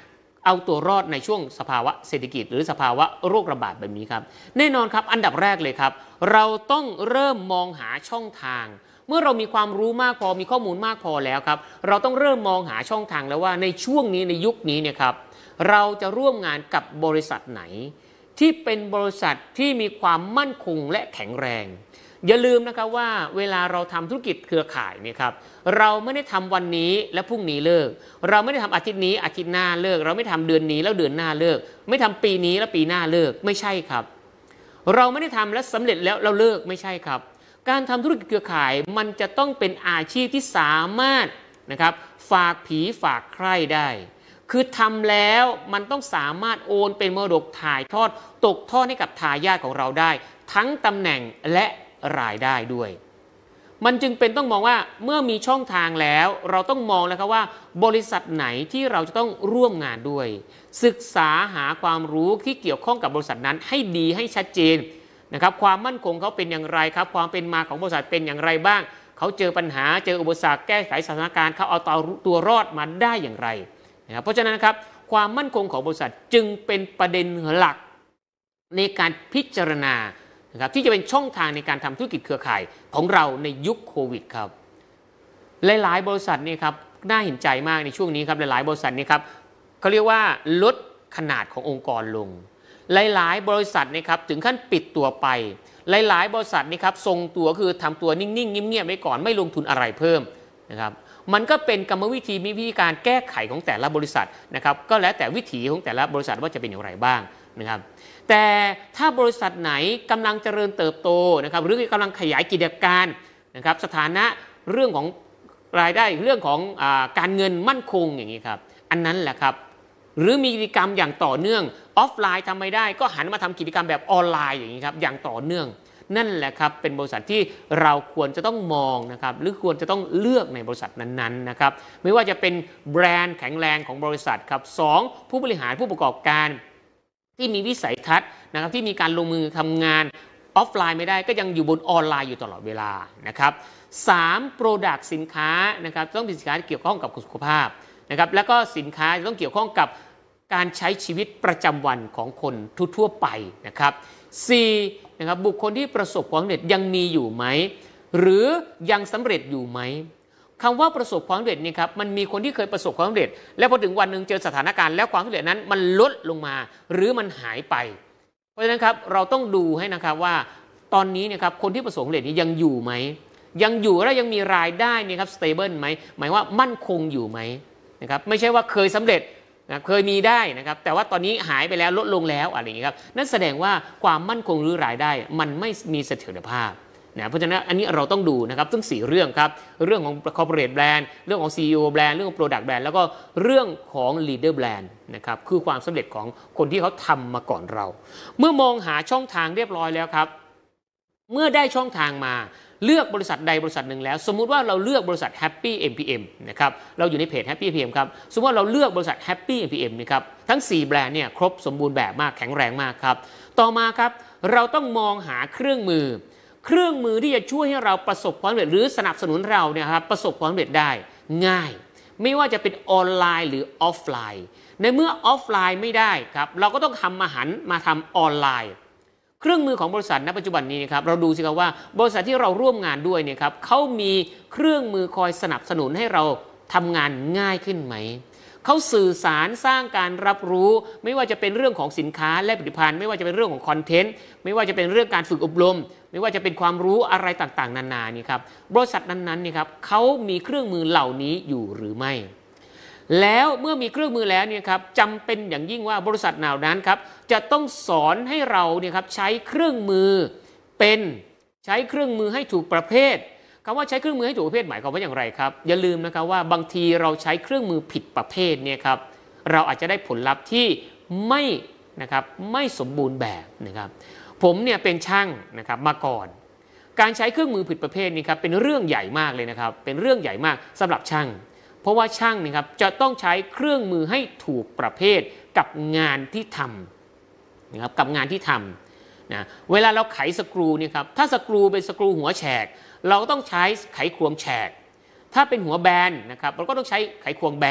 เอาตัวรอดในช่วงสภาวะเศรษฐกิจหรือสภาวะโรคระบาดแบบนี้ครับแน่นอนครับอันดับแรกเลยครับเราต้องเริ่มมองหาช่องทางเมื่อเรามีความรู้มากพอมีข้อมูลมากพอแล้วครับเราต้องเริ่มมองหาช่องทางแล้วว่าในช่วงนี้ในยุคนี้เนี่ยครับเราจะร่วมงานกับบริษัทไหนที่เป็นบริษัทที่มีความมั่นคงและแข็งแรงอย่าลืมนะครับว่าเวลาเราทำธุรกิจเครือข่ายเนี่ยครับเราไม่ได้ทำวันนี้และพรุ่งนี้เลิกเราไม่ได้ทำอาทิตย์นี้อาทิตย์หน้าเลิกเราไม่ทำเดือนนี้แล้วเดือนหน้าเลิกไม่ทำปีนี้แล้วปีหน้าเลิกไม่ใช่ครับเราไม่ได้ทำแล้วสำเร็จแล้วเราเลิกไม่ใช่ครับการทำธุรกิจเครือข่ายมันจะต้องเป็นอาชีพที่สามารถนะครับฝากผีฝากใคร่ได้คือทำแล้วมันต้องสามารถโอนเป็นมรดกถ่ายทอดตกทอดให้กับทายาทของเราได้ทั้งตำแหน่งและรายได้ด้วยมันจึงเป็นต้องมองว่าเมื่อมีช่องทางแล้วเราต้องมองแล้วครับว่าบริษัทไหนที่เราจะต้องร่วมงานด้วยศึกษาหาความรู้ที่เกี่ยวข้องกับบริษัทนั้นให้ดีให้ชัดเจนนะครับความมั่นคงเขาเป็นอย่างไรครับความเป็นมาของบริษัทเป็นอย่างไรบ้างเขาเจอปัญหาเจออุปสรรคแก้ไขสถานการณ์เขาเอาตัวรอดมาได้อย่างไรนะครับเพราะฉะนั้นครับความมั่นคงของบริษัทจึงเป็นประเด็นหลักในการพิจารณานะครับที่จะเป็นช่องทางในการทำธุรกิจเครือข่ายของเราในยุคโควิดครับหลายๆบริษัทนี่ครับน่าเห็นใจมากในช่วงนี้ครับหลายๆบริษัทนี่ครับเขาเรียกว่าลดขนาดขององค์กรลงหลายๆบริษัทนี่ครับถึงขั้นปิดตัวไปหลายๆบริษัทนี่ครับทรงตัวคือทำตัวนิ่งๆเงียบๆไว้ก่อนไม่ลงทุนอะไรเพิ่มนะครับมันก็เป็นกรรมวิธีมีวิธีการแก้ไขของแต่ละบริษัทนะครับก็แล้วแต่วิถีของแต่ละบริษัทว่าจะเป็นอย่างไรบ้างนะครับแต่ถ้าบริษัทไหนกำลังเจริญเติบโตนะครับหรือกำลังขยายกิจการนะครับสถานะเรื่องของรายได้เรื่องของอาการเงินมั่นคงอย่างนี้ครับอันนั้นแหละครับหรือมีกิจกรรมอย่างต่อเนื่องออฟไลน์ทำไม่ได้ก็หันมาทำกิจกรรมแบบออนไลน์อย่างนี้ครับอย่างต่อเนื่องนั่นแหละครับเป็นบริษัทที่เราควรจะต้องมองนะครับหรือควรจะต้องเลือกในบริษัทนั้นๆนะครับไม่ว่าจะเป็นแบรนด์แข็งแรงของบริษัทครับสองผู้บริหารผู้ประกอบการที่มีวิสัยทัศน์นะครับที่มีการลงมือทำงานออฟไลน์ไม่ได้ก็ยังอยู่บนออนไลน์อยู่ตลอดเวลานะครับสามโปรดักต์สินค้านะครับต้องเป็นสินค้าที่เกี่ยวข้องกับสุขภาพนะครับแล้วก็สินค้าต้องเกี่ยวข้องกับการใช้ชีวิตประจำวันของคนทั่วๆไปนะครับสี่นะครับบุคคลที่ประสบความสำเร็จยังมีอยู่ไหมหรือยังสำเร็จอยู่ไหมคำว่าประสบความสำเร็จนี่ครับมันมีคนที่เคยประสบความสำเร็จแล้วพอถึงวันหนึ่งเจอสถานการณ์แล้วความสำเร็จนั้นมันลดลงมาหรือมันหายไปเพราะฉะนั้นครับเราต้องดูให้นะครับว่าตอนนี้เนี่ยครับคนที่ประสบความสำเร็จนี้ยังอยู่ไหมยังอยู่และยังมีรายได้นี่ครับ stable ไหมหมายว่ามั่นคงอยู่ไหมนะครับไม่ใช่ว่าเคยสำเร็จนะเคยมีได้นะครับแต่ว่าตอนนี้หายไปแล้วลดลงแล้วอะไรอย่างนี้ครับนั่นแสดงว่าความมั่นคงหรือรายได้มันไม่มีเสถียรภาพนะเพราะฉะนั้นอันนี้เราต้องดูนะครับทั้งสี่เรื่องครับเรื่องของ corporate brand เรื่องของ ซี อี โอ brand เรื่องของ product brand แล้วก็เรื่องของ leader brand นะครับคือความสำเร็จของคนที่เขาทำมาก่อนเราเมื่อมองหาช่องทางเรียบร้อยแล้วครับเมื่อได้ช่องทางมาเลือกบริษัทใดบริษัทหนึ่งแล้วสมมุติว่าเราเลือกบริษัท Happy เอ็ม พี เอ็ม นะครับเราอยู่ในเพจ Happy เอ็ม พี เอ็ม ครับสมมติว่าเราเลือกบริษัท Happy เอ็ม พี เอ็ม นะครับทั้งสี่แบรนด์เนี่ยครบสมบูรณ์แบบมากแข็งแรงมากครับต่อมาครับเราต้องมองหาเครื่องมือเครื่องมือที่จะช่วยให้เราประสบความสำเร็จหรือสนับสนุนเราเนี่ยครับประสบความสำเร็จได้ง่ายไม่ว่าจะเป็นออนไลน์หรือออฟไลน์ในเมื่อออฟไลน์ไม่ได้ครับเราก็ต้องทำมาหันมาทำออนไลน์เครื่องมือของบริษัทณปัจจุบันนี้นะครับเราดูสิครับว่าบริษัทที่เราร่วมงานด้วยเนี่ยครับเขามีเครื่องมือคอยสนับสนุนให้เราทำงานง่ายขึ้นไหมเขาสื่อสารสร้างการรับรู้ไม่ว่าจะเป็นเรื่องของสินค้าและผลิตภัณฑ์ไม่ว่าจะเป็นเรื่องของคอนเทนต์ไม่ว่าจะเป็นเรื่องการฝึกอบรมไม่ว่าจะเป็นความรู้อะไรต่างๆนานานี่ครับบริษัทนั้นๆนี่ครับเขามีเครื่องมือเหล่านี้อยู่หรือไม่แล้วเมื่อมีเครื่องมือแล้วเนี่ยครับจำเป็นอย่างยิ่งว่าบริษัทเหล่านั้นครับจะต้องสอนให้เราเนี่ยครับใช้เครื่องมือเป็นใช้เครื่องมือให้ถูกประเภทคำว่าใช้เครื่องมือให้ถูกประเภทหมายความว่าอย่างไรครับอย่าลืมนะครับว่าบางทีเราใช้เครื่องมือผิดประเภทเนี่ยครับเราอาจจะได้ผลลัพธ์ที่ไม่นะครับไม่สมบูรณ์แบบนะครับผมเนี่ยเป็นช่างนะครับมาก่อนการใช้เครื่องมือผิดประเภทนี่ครับเป็นเรื่องใหญ่มากเลยนะครับเป็นเรื่องใหญ่มากสำหรับช่างเพราะว่าช่างนี่ครับจะต้องใช้เครื่องมือให้ถูกประเภทกับงานที่ทำนะครับกับงานที่ทำนะเวลาเราไขสกรูเนี่ยครับถ้าสกรูเป็นสกรูหัวแฉกเราก็ต้องใช้ไขควงแฉกถ้าเป็นหัวแบนนะครับเราก็ต้องใช้ไขควงแบน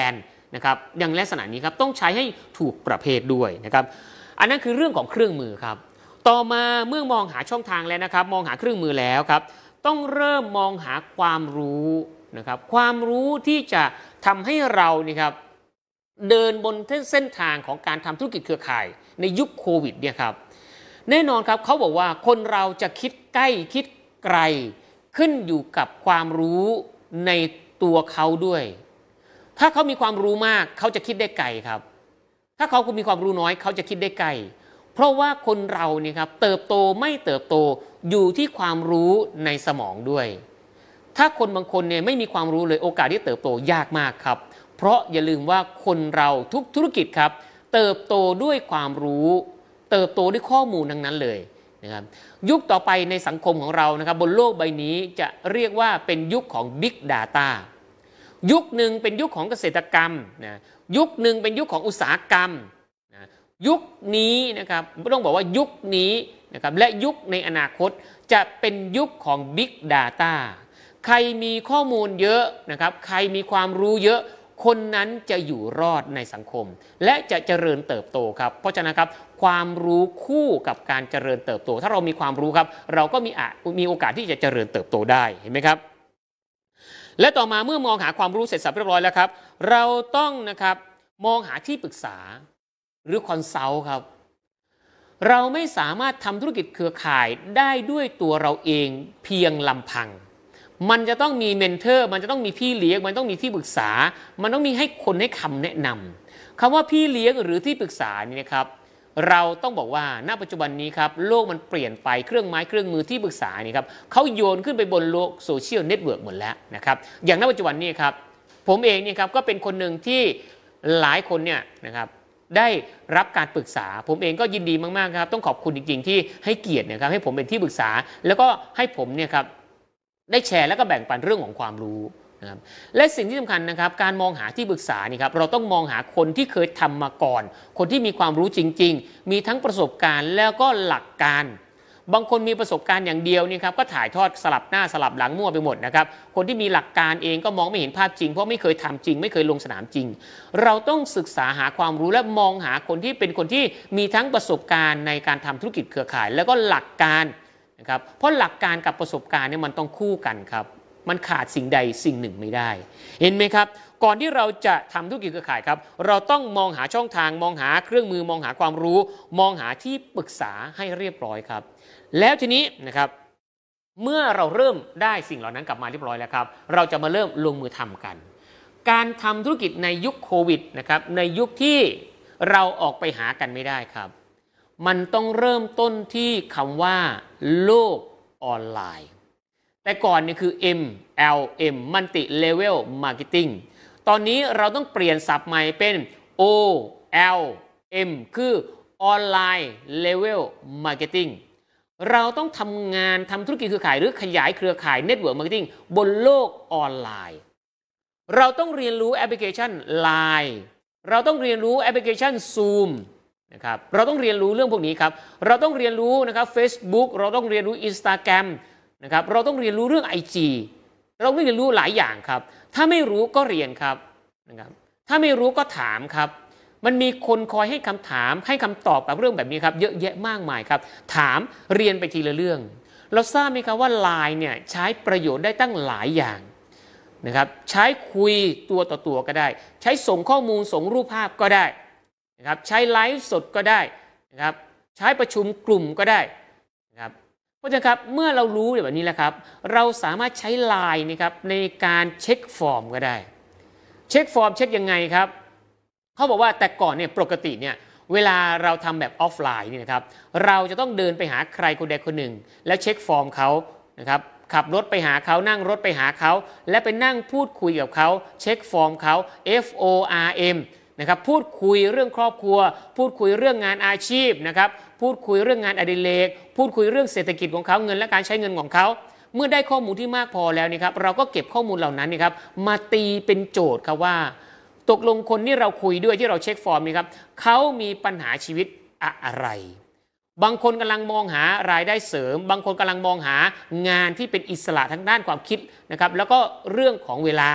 นะครับอย่างลักษณะนี้ครับต้องใช้ให้ถูกประเภทด้วยนะครับอันนั้นคือเรื่องของเครื่องมือครับต่อมาเมื่อมองหาช่องทางแล้วนะครับมองหาเครื่องมือแล้วครับต้องเริ่มมองหาความรู้นะครับความรู้ที่จะทำให้เรานี่ครับเดินบนเส้นทางของการทำธุรกิจเครือข่ายในยุคโควิดเนี่ยครับแน่นอนครับเขาบอกว่าคนเราจะคิดใกล้คิดไกลขึ้นอยู่กับความรู้ในตัวเขาด้วยถ้าเขามีความรู้มากเขาจะคิดได้ไกลครับถ้าเขามีความรู้น้อยเขาจะคิดได้ไกลเพราะว่าคนเราเนี่ยครับเติบโตไม่เติบโตอยู่ที่ความรู้ในสมองด้วยถ้าคนบางคนเนี่ยไม่มีความรู้เลยโอกาสที่เติบโตยากมากครับเพราะอย่าลืมว่าคนเราทุกธุรกิจครับเติบโตด้วยความรู้เติบโตด้วยข้อมูลทั้งนั้นเลยนะครับยุคต่อไปในสังคมของเรานะครับบนโลกใบนี้จะเรียกว่าเป็นยุคของ Big Data ยุคหนึ่งเป็นยุคของเกษตรกรรมนะยุคหนึ่งเป็นยุคของอุตสาหกรรมนะยุคนี้นะครับต้องบอกว่ายุคนี้นะครับและยุคในอนาคตจะเป็นยุคของ Big Data ใครมีข้อมูลเยอะนะครับใครมีความรู้เยอะคนนั้นจะอยู่รอดในสังคมและจะเจริญเติบโตครับเพราะฉะนั้นครับความรู้คู่กับการเจริญเติบโตถ้าเรามีความรู้ครับเราก็มีมีโอกาสที่จะเจริญเติบโตได้เห็นไหมครับและต่อมาเมื่อมองหาความรู้เสร็จสับเรียบร้อยแล้วครับเราต้องนะครับมองหาที่ปรึกษาหรือคอนซัลท์ครับเราไม่สามารถทำธุรกิจเครือข่ายได้ด้วยตัวเราเองเพียงลำพังมันจะต้องมีเมนเทอร์มันจะต้องมีพี่เลี้ยงมันต้องมีที่ปรึกษามันต้องมีให้คนให้คำแนะนำคำว่าพี่เลี้ยงหรือที่ปรึกษานี่นะครับเราต้องบอกว่าณปัจจุบันนี้ครับโลกมันเปลี่ยนไปเครื่องไม้เครื่องมือที่ปรึกษานี่ครับเขาโยนขึ้นไปบนโลกโซเชียลเน็ตเวิร์กหมดแล้วนะครับอย่างณปัจจุบันนี้ครับผมเองนี่ครับก็เป็นคนหนึ่งที่หลายคนเนี่ยนะครับได้รับการปรึกษาผมเองก็ยินดีมากๆครับต้องขอบคุณจริงๆที่ให้เกียรตินะครับให้ผมเป็นที่ปรึกษาแล้วก็ให้ผมเนี่ยครับได้แชร์และก็แบ่งปันเรื่องของความรู้นะครับและสิ่งที่สำคัญนะครับการมองหาที่ปรึกษานี่ครับเราต้องมองหาคนที่เคยทำมาก่อนคนที่มีความรู้จริงๆมีทั้งประสบการณ์แล้วก็หลักการบางคนมีประสบการณ์อย่างเดียวนี่ครับก็ถ่ายทอดสลับหน้าสลับหลังมั่วไปหมดนะครับคนที่มีหลักการเองก็มองไม่เห็นภาพจริงเพราะไม่เคยทำจริงไม่เคยลงสนามจริงเราต้องศึกษาหาความรู้และมองหาคนที่เป็นคนที่มีทั้งประสบการณ์ในการทำธุรกิจเครือข่ายแล้วก็หลักการนะครับเพราะหลักการกับประสบการณ์เนี่ยมันต้องคู่กันครับมันขาดสิ่งใดสิ่งหนึ่งไม่ได้เห็นไหมครับก่อนที่เราจะทำธุรกิจเครือข่ายครับเราต้องมองหาช่องทางมองหาเครื่องมือมองหาความรู้มองหาที่ปรึกษาให้เรียบร้อยครับแล้วทีนี้นะครับเมื่อเราเริ่มได้สิ่งเหล่านั้นกลับมาเรียบร้อยแล้วครับเราจะมาเริ่มลงมือทำกันการทำธุรกิจในยุคโควิดนะครับในยุคที่เราออกไปหากันไม่ได้ครับมันต้องเริ่มต้นที่คำว่าโลกออนไลน์แต่ก่อนนี่คือ เอ็ม แอล เอ็ม Multi Level Marketing ตอนนี้เราต้องเปลี่ยนศัพท์ใหม่เป็น โอ แอล เอ็ม คือ Online Level Marketing เราต้องทำงานทำธุรกิจเครือข่ายหรือขยายเครือข่าย Network Marketing บนโลกออนไลน์เราต้องเรียนรู้แอปพลิเคชัน ไลน์ เราต้องเรียนรู้แอปพลิเคชัน ซูม นะครับเราต้องเรียนรู้เรื่องพวกนี้ครับเราต้องเรียนรู้นะครับ Facebook เราต้องเรียนรู้ Instagram นะครับเราต้องเรียนรู้เรื่อง ไอ จี เราต้องเรียนรู้หลายอย่างครับถ้าไม่รู้ก็เรียนครับนะครับถ้าไม่รู้ก็ถามครับมันมีคนคอยให้คำถามให้คำตอบกับเรื่องแบบนี้ครับเยอะแยะมากมายครับถามเรียนไปทีละเรื่องเราทราบไหมครับว่า ไลน์ เนี่ยใช้ประโยชน์ได้ตั้งหลายอย่างนะครับใช้คุยตัวต่อตัวก็ได้ใช้ส่งข้อมูลส่งรูปภาพก็ได้นะครับใช้ไลฟ์สดก็ได้นะครับใช้ประชุมกลุ่มก็ได้นะครับเพราะฉะนั้นครับเมื่อเรารู้แบบนี้แล้วครับเราสามารถใช้ ไลน์ นะครับในการเช็คฟอร์มก็ได้เช็คฟอร์มเช็คยังไงครับเขาบอกว่าแต่ก่อนเนี่ยปกติเนี่ยเวลาเราทำแบบออฟไลน์นี่นะครับเราจะต้องเดินไปหาใครคนใดคนหนึ่งแล้วเช็คฟอร์มเขานะครับขับรถไปหาเขานั่งรถไปหาเขาและไปนั่งพูดคุยกับเขาเช็คฟอร์มเขา เอฟ โอ อาร์ เอ็ม นะครับพูดคุยเรื่องครอบครัวพูดคุยเรื่องงานอาชีพนะครับพูดคุยเรื่องงานอดิเรกพูดคุยเรื่องเศรษฐกิจของเขาเงินและการใช้เงินของเขาเมื่อได้ข้อมูลที่มากพอแล้วนี่ครับเราก็เก็บข้อมูลเหล่านั้นนี่ครับมาตีเป็นโจทย์ครับว่าตกลงคนที่เราคุยด้วยที่เราเช็คฟอร์มนี่ครับเขามีปัญหาชีวิตอะไรบางคนกำลังมองหารายได้เสริมบางคนกำลังมองหางานที่เป็นอิสระทางด้านความคิดนะครับแล้วก็เรื่องของเวลา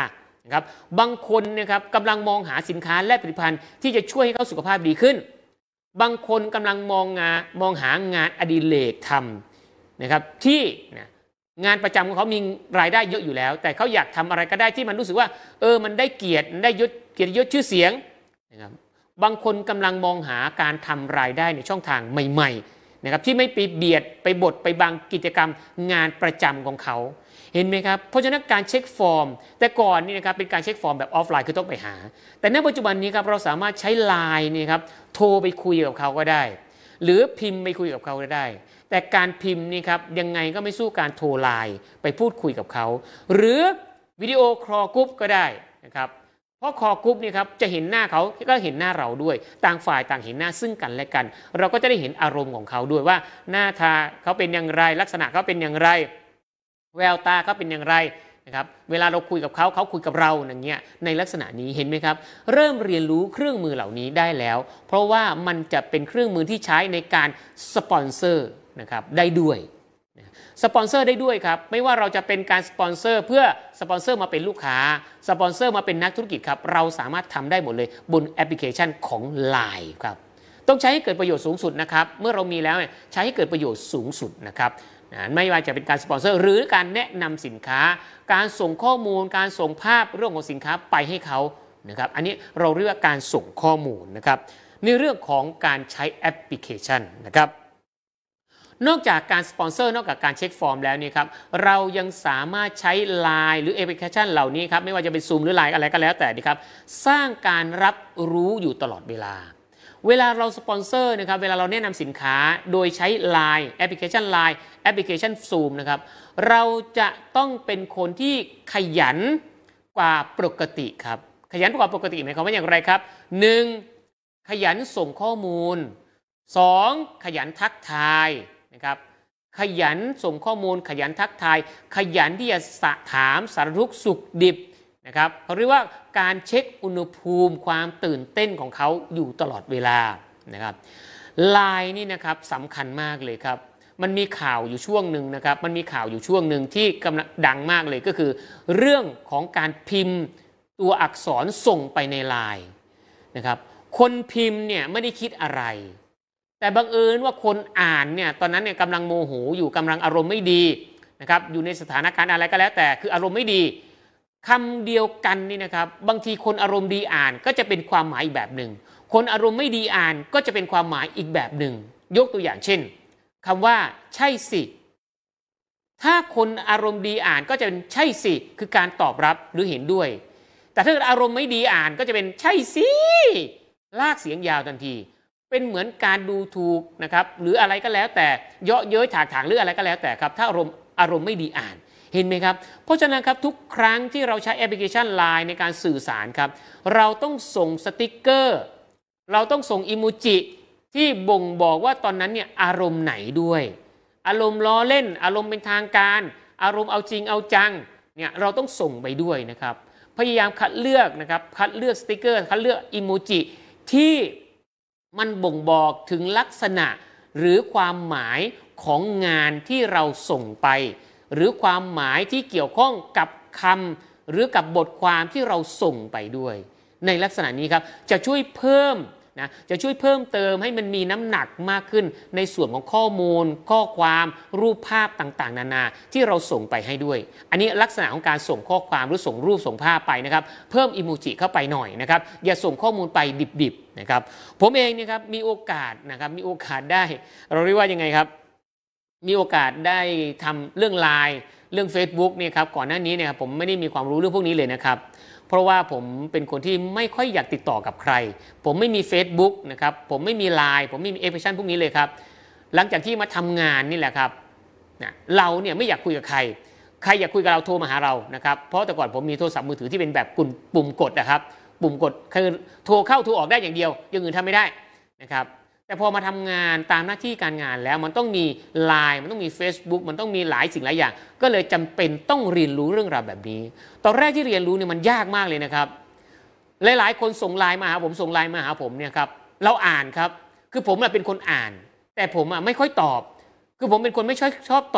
นะครับบางคนนะครับกำลังมองหาสินค้าและผลิตภัณฑ์ที่จะช่วยให้เขาสุขภาพดีขึ้นบางคนกำลังมองงานมองหางานอดิเรกทำนะครับที่นะงานประจำของเขามีรายได้เยอะอยู่แล้วแต่เขาอยากทำอะไรก็ได้ที่มันรู้สึกว่าเออมันได้เกียรติได้ยศเกียรติยศชื่อเสียงนะครับบางคนกำลังมองหาการทำรายได้ในช่องทางใหม่ๆนะครับที่ไม่ไปเบียดไปบดไปบังกิจกรรมงานประจำของเขาเห็นไหมครับเพราะฉะนั้นการเช็คฟอร์มแต่ก่อนนี่นะครับเป็นการเช็คฟอร์มแบบออฟไลน์คือต้องไปหาแต่ในปัจจุบันนี้ครับเราสามารถใช้ไลน์นี่ครับโทรไปคุยกับเขาก็ได้หรือพิมพ์ไปคุยกับเขาก็ได้แต่การพิมพ์นี่ครับยังไงก็ไม่สู้การโทรไลน์ไปพูดคุยกับเขาหรือวิดีโอคอลกรุ๊ปก็ได้นะครับเพราะคอลกรุ๊ปนี่ครับจะเห็นหน้าเขาก็เห็นหน้าเราด้วยต่างฝ่ายต่างเห็นหน้าซึ่งกันและกันเราก็จะได้เห็นอารมณ์ของเขาด้วยว่าหน้าตาเขาเป็นอย่างไรลักษณะเขาเป็นอย่างไรแววตาเขาเป็นอย่างไรนะครับเวลาเราคุยกับเขาเขาคุยกับเราอย่างเงี้ยในลักษณะนี้เห็นไหมครับเริ่มเรียนรู้เครื่องมือเหล่านี้ได้แล้วเพราะว่ามันจะเป็นเครื่องมือที่ใช้ในการสปอนเซอร์นะครับได้ด้วยสปอนเซอร์ได้ด้วยครับไม่ว่าเราจะเป็นการสปอนเซอร์เพื่อสปอนเซอร์มาเป็นลูกค้าสปอนเซอร์มาเป็นนักธุรกิจครับเราสามารถทำได้หมดเลยบนแอปพลิเคชันของ ไลน์ ครับต้องใช้ให้เกิดประโยชน์สูงสุดนะครับเมื่อเรามีแล้วใช้ให้เกิดประโยชน์สูงสุดนะครับไม่ว่าจะเป็นการสปอนเซอร์หรือการแนะนำสินค้าการส่งข้อมูลการส่งภาพเรื่องของสินค้าไปให้เขานะครับอันนี้เราเรียกว่าการส่งข้อมูลนะครับในเรื่องของการใช้แอปพลิเคชันนะครับนอกจากการสปอนเซอร์นอกจากการเช็คฟอร์มแล้วนี่ครับเรายังสามารถใช้ ไลน์ หรือแอปพลิเคชันเหล่านี้ครับไม่ว่าจะเป็น ซูม หรือ ไลน์ อะไรก็แล้วแต่นะครับสร้างการรับรู้อยู่ตลอดเวลาเวลาเราสปอนเซอร์นะครับเวลาเราแนะนำสินค้าโดยใช้ ไลน์ แอปพลิเคชัน ไลน์ แอปพลิเคชัน ซูม นะครับเราจะต้องเป็นคนที่ขยันกว่าปกติครับขยันกว่าปกติหมายความว่าอย่างไรครับหนึ่งขยันส่งข้อมูลสองขยันทักทายนะครับขยันส่งข้อมูลขยันทักทายขยันที่จะถามสารทุกข์สุขดิบนะครับเขาเรียกว่าการเช็คอุณหภูมิความตื่นเต้นของเขาอยู่ตลอดเวลานะครับ ไลน์ นี่นะครับสำคัญมากเลยครับมันมีข่าวอยู่ช่วงหนึ่งนะครับมันมีข่าวอยู่ช่วงหนึ่งที่กำลังดังมากเลยก็คือเรื่องของการพิมพ์ตัวอักษรส่งไปใน ไลน์ นะครับคนพิมพ์เนี่ยไม่ได้คิดอะไรแต่บังเอิญว่าคนอ่านเนี่ยตอนนั้นเนี่ยกำลังโมโหอยู่กำลังอารมณ์ไม่ดีนะครับอยู่ในสถานการณ์อะไรก็แล้วแต่คืออารมณ์ไม่ดีคำเดียวกันนี่นะครับบางทีคนอารมณ์ดีอ่านก็จะเป็นความหมายอีกแบบหนึ่งคนอารมณ์ไม่ดีอ่านก็จะเป็นความหมายอีกแบบหนึ่งยกตัวอย่างเช่นคำว่าใช่สิถ้าคนอารมณ์ดีอ่านก็จะเป็นใช่สิคือการตอบรับหรือเห็นด้วยแต่ถ้าอารมณ์ไม่ดีอ่านก็จะเป็นใช่สิลากเสียงยาวทันทีเป็นเหมือนการดูถูกนะครับหรืออะไรก็แล้วแต่เยาะเย้ยถากถางหรืออะไรก็แล้วแต่ครับถ้าอารมณ์อารมณ์ไม่ดีอ่านเห็นไหมครับเพราะฉะนั้นครับทุกครั้งที่เราใช้แอปพลิเคชัน ไลน์ ในการสื่อสารครับเราต้องส่งสติกเกอร์เราต้องส่งอิโมจิที่บ่งบอกว่าตอนนั้นเนี่ยอารมณ์ไหนด้วยอารมณ์ล้อเล่นอารมณ์เป็นทางการอารมณ์เอาจริงเอาจังเนี่ยเราต้องส่งไปด้วยนะครับพยายามคัดเลือกนะครับคัดเลือกสติกเกอร์คัดเลือกอิโมจิที่มันบ่งบอกถึงลักษณะหรือความหมายของงานที่เราส่งไปหรือความหมายที่เกี่ยวข้องกับคำหรือกับบทความที่เราส่งไปด้วยในลักษณะนี้ครับจะช่วยเพิ่มนะจะช่วยเพิ่มเติมให้มันมีน้ำหนักมากขึ้นในส่วนของข้อมูลข้อความรูปภาพต่างๆนานาที่เราส่งไปให้ด้วยอันนี้ลักษณะของการส่งข้อความหรือส่งรูปส่งภาพไปนะครับเพิ่มอิโมจิเข้าไปหน่อยนะครับอย่าส่งข้อมูลไปดิบๆนะครับผมเองเนี่ยครับมีโอกาสนะครับมีโอกาสได้เราเรียกว่ายังไงครับมีโอกาสได้ทำเรื่อง ไลน์ เรื่อง Facebook เนี่ยครับก่อนหน้านี้เนี่ยผมไม่ได้มีความรู้เรื่องพวกนี้เลยนะครับเพราะว่าผมเป็นคนที่ไม่ค่อยอยากติดต่อกับใครผมไม่มี Facebook นะครับผมไม่มี ไลน์ ผมไม่มีแอปพลิเคชันพวกนี้เลยครับหลังจากที่มาทำงานนี่แหละครับนะเราเนี่ยไม่อยากคุยกับใครใครอยากคุยกับเราโทรมาหาเรานะครับเพราะแต่ก่อนผมมีโทรศัพท์มือถือที่เป็นแบบปุ่มกดนะครับปุ่มกดคือโทรเข้าโทรออกได้อย่างเดียวอย่างอื่นทำไม่ได้นะครับแต่พอมาทำงานตามหน้าที่การงานแล้วมันต้องมี ไลน์ มันต้องมี Facebook มันต้องมีหลายสิ่งหลายอย่างก็เลยจำเป็นต้องเรียนรู้เรื่องราวแบบนี้ตอนแรกที่เรียนรู้เนี่ยมันยากมากเลยนะครับหลายๆคนส่ง ไลน์ มาหาผมส่ง ไลน์ มาหาผมเนี่ยครับเราอ่านครับคือผมเป็นคนอ่านแต่ผมไม่ค่อยตอบคือผมเป็นคนไม่ชอบชอบตอบ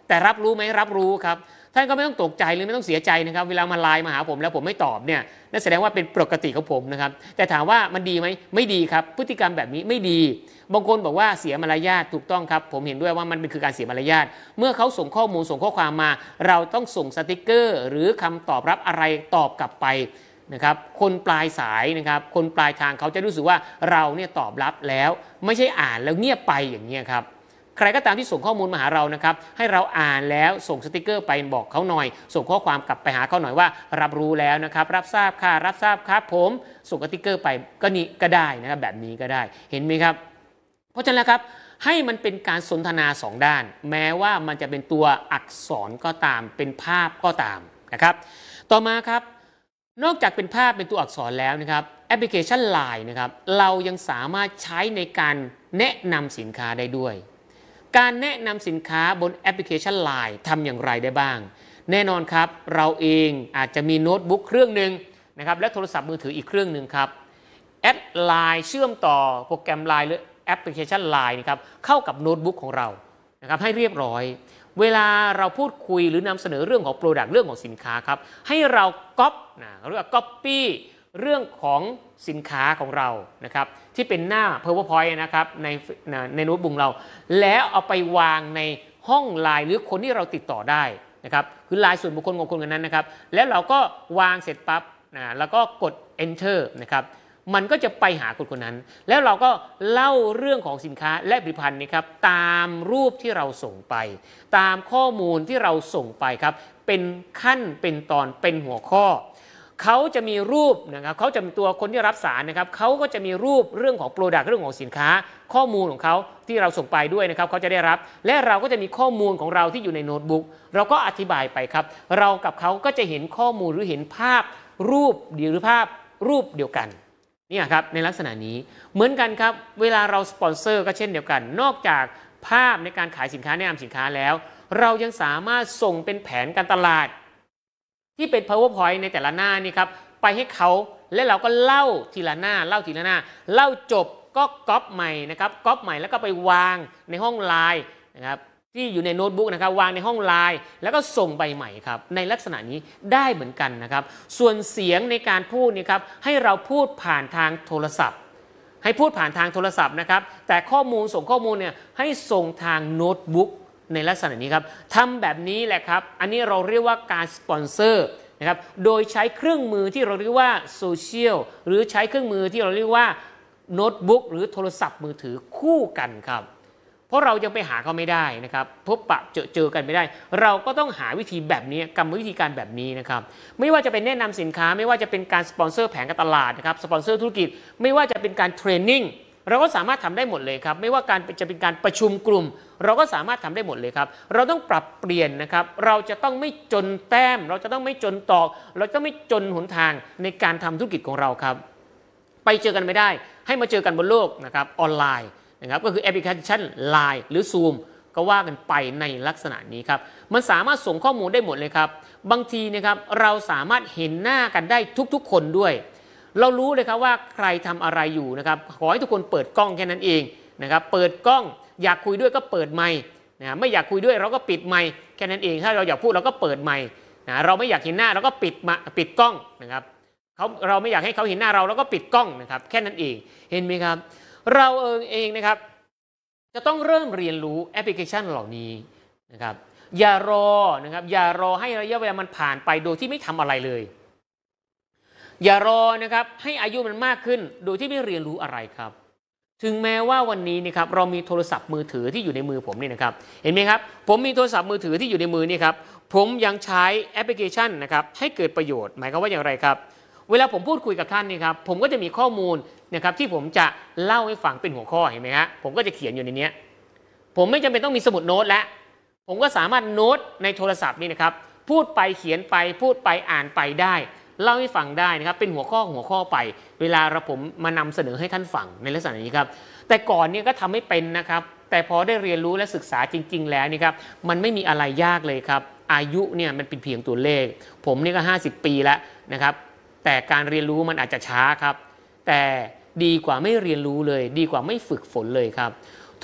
แต่รับรู้ไหมรับรู้ครับท่านก็ไม่ต้องตกใจหรือไม่ต้องเสียใจนะครับเวลามาไลน์มาหาผมแล้วผมไม่ตอบเนี่ยนั่นแสดงว่าเป็นปกติของผมนะครับแต่ถามว่ามันดีไหมไม่ดีครับพฤติกรรมแบบนี้ไม่ดีบางคนบอกว่าเสียมารยาทถูกต้องครับผมเห็นด้วยว่ามันเป็นคือการเสียมารยาทเมื่อเขาส่งข้อมูลส่งข้อความมาเราต้องส่งสติกเกอร์หรือคำตอบรับอะไรตอบกลับไปนะครับคนปลายสายนะครับคนปลายทางเขาจะรู้สึกว่าเราเนี่ยตอบรับแล้วไม่ใช่อ่านแล้วเงียบไปอย่างนี้ครับใครก็ตามที่ส่งข้อมูลมาหาเรานะครับให้เราอ่านแล้วส่งสติกเกอร์ไปบอกเขาหน่อยส่งข้อความกลับไปหาเขาหน่อยว่ารับรู้แล้วนะครับรับทราบค่ะรับทราบครับผมส่งสติกเกอร์ไปก็นี่ก็ได้นะครับแบบนี้ก็ได้เห็นไหมครับเพราะฉะนั้นครับให้มันเป็นการสนทนาสองด้านแม้ว่ามันจะเป็นตัวอักษรก็ตามเป็นภาพก็ตามนะครับต่อมาครับนอกจากเป็นภาพเป็นตัวอักษรแล้วนะครับแอปพลิเคชัน ไลน์ นะครับเรายังสามารถใช้ในการแนะนำสินค้าได้ด้วยการแนะนำสินค้าบนแอปพลิเคชัน ไลน์ ทำอย่างไรได้บ้างแน่นอนครับเราเองอาจจะมีโน้ตบุ๊กเครื่องหนึ่งนะครับและโทรศัพท์มือถืออีกเครื่องหนึ่งครับแอด ไลน์ เชื่อมต่อโปรแกรม ไลน์ หรือแอปพลิเคชัน ไลน์ นะครับเข้ากับโน้ตบุ๊กของเรานะครับให้เรียบร้อยเวลาเราพูดคุยหรือนำเสนอเรื่องของ Product เรื่องของสินค้าครับให้เราก๊อปนะเรียกว่า Copy เรื่องของสินค้าของเรานะครับที่เป็นหน้า PowerPoint นะครับในในโน้ตบุ๊กเราแล้วเอาไปวางในห้องไลน์หรือคนที่เราติดต่อได้นะครับคือไลน์ส่วนบุคคลของคนคนนั้นนะครับแล้วเราก็วางเสร็จปั๊บนะแล้วก็กด Enter นะครับมันก็จะไปหาคนคนนั้นแล้วเราก็เล่าเรื่องของสินค้าและผลิตภัณฑ์นะครับตามรูปที่เราส่งไปตามข้อมูลที่เราส่งไปครับเป็นขั้นเป็นตอนเป็นหัวข้อเขาจะมีรูปนะครับเขาจะมีตัวคนที่รับสารนะครับเขาก็จะมีรูปเรื่องของ Product เรื่องของสินค้าข้อมูลของเขาที่เราส่งไปด้วยนะครับเขาจะได้รับและเราก็จะมีข้อมูลของเราที่อยู่ในโน้ตบุ๊กเราก็อธิบายไปครับเรากับเขาก็จะเห็นข้อมูลหรือเห็นภาพรูปหรือภาพรูปเดียวกันนี่ครับในลักษณะนี้เหมือนกันครับเวลาเราสปอนเซอร์ก็เช่นเดียวกันนอกจากภาพในการขายสินค้าแนะนำสินค้าแล้วเรายังสามารถส่งเป็นแผนการตลาดที่เป็น PowerPoint ในแต่ละหน้านี่ครับไปให้เขาและเราก็เล่าทีละหน้าเล่าทีละหน้าเล่าจบก็ก๊อปใหม่นะครับก๊อปใหม่แล้วก็ไปวางในห้องไลน์นะครับที่อยู่ในโน้ตบุ๊กนะครับวางในห้องไลน์แล้วก็ส่งไปใหม่ครับในลักษณะนี้ได้เหมือนกันนะครับส่วนเสียงในการพูดนี่ครับให้เราพูดผ่านทางโทรศัพท์ให้พูดผ่านทางโทรศัพท์นะครับแต่ข้อมูลส่งข้อมูลเนี่ยให้ส่งทางโน้ตบุ๊กในลักษณะนี้ครับทำแบบนี้แหละครับอันนี้เราเรียกว่าการสปอนเซอร์นะครับโดยใช้เครื่องมือที่เราเรียกว่าโซเชียลหรือใช้เครื่องมือที่เราเรียกว่าโน้ตบุ๊กหรือโทรศัพท์มือถือคู่กันครับเพราะเรายังไปหาเขาไม่ได้นะครับพบปะเจอเจอกันไม่ได้เราก็ต้องหาวิธีแบบนี้กรรมวิธีการแบบนี้นะครับไม่ว่าจะเป็นแนะนำสินค้าไม่ว่าจะเป็นการสปอนเซอร์แผนการตลาดนะครับสปอนเซอร์ธุรกิจไม่ว่าจะเป็นการเทรนนิ่งเราก็สามารถทำได้หมดเลยครับไม่ว่าการจะเป็นการประชุมกลุ่มเราก็สามารถทำได้หมดเลยครับเราต้องปรับเปลี่ยนนะครับเราจะต้องไม่จนแต้มเราจะต้องไม่จนตอกเราจะไม่จนหนทางในการทำธุรกิจของเราครับไปเจอกันไม่ได้ให้มาเจอกันบนโลกนะครับออนไลน์นะครับก็คือแอปพลิเคชัน ไลน์ หรือ Zoom ก็ว่ากันไปในลักษณะนี้ครับมันสามารถส่งข้อมูลได้หมดเลยครับบางทีนะครับเราสามารถเห็นหน้ากันได้ทุกๆคนด้วยเรารู้เลยครับว่าใครทำอะไรอยู่นะครับขอให้ทุกคนเปิดกล้องแค่นั้นเองนะครับเปิดกล้องอยากคุยด้วยก็เปิดไมค์นะไม่อยากคุยด้วยเราก็ปิดไมค์แค่นั้นเองถ้าเราอยากพูดเราก็เปิดไมค์นะเราไม่อยากเห็นหน้าเราก็ปิดมาปิดกล้องนะครับเขาเราไม่อยากให้เขาเห็นหน้าเราเราก็ปิดกล้องนะครับแค่นั้นเองเห็นไหมครับเราเองเองนะครับจะต้องเริ่มเรียนรู้แอปพลิเคชันเหล่านี้นะครับอย่ารอนะครับอย่ารอให้ระยะเวลามันผ่านไปโดยที่ไม่ทำอะไรเลยอย่ารอนะครับให้อายุมันมากขึ้นโดยที่ไม่เรียนรู้อะไรครับถึงแม้ว่าวันนี้นะครับเรามีโทรศัพท์มือถือที่อยู่ในมือผมนี่นะครับเห็นไหมครับผมมีโทรศัพท์มือถือที่อยู่ในมือนี่ครับผมยังใช้แอปพลิเคชันนะครับให้เกิดประโยชน์หมายความว่าอย่างไรครับเวลาผมพูดคุยกับท่านนี่ครับผมก็จะมีข้อมูลนะครับที่ผมจะเล่าให้ฟังเป็นหัวข้อเห็นไหมฮะผมก็จะเขียนอยู่ในนี้ผมไม่จำเป็นต้องมีสมุดโน้ตแล้วผมก็สามารถโน้ตในโทรศัพท์นี่นะครับพูดไปเขียนไปพูดไปอ่านไปได้เล่าให้ฟังได้นะครับเป็นหัวข้อหัวข้อไปเวลาเราผมมานำเสนอให้ท่านฟังในลักษณะนี้ครับแต่ก่อนเนี่ยก็ทำไม่เป็นนะครับแต่พอได้เรียนรู้และศึกษาจริงๆแล้วนี่ครับมันไม่มีอะไรยากเลยครับอายุเนี่ยมันเป็นเพียงตัวเลขผมนี่ก็ห้าสิบปีแล้วนะครับแต่การเรียนรู้มันอาจจะช้าครับแต่ดีกว่าไม่เรียนรู้เลยดีกว่าไม่ฝึกฝนเลยครับ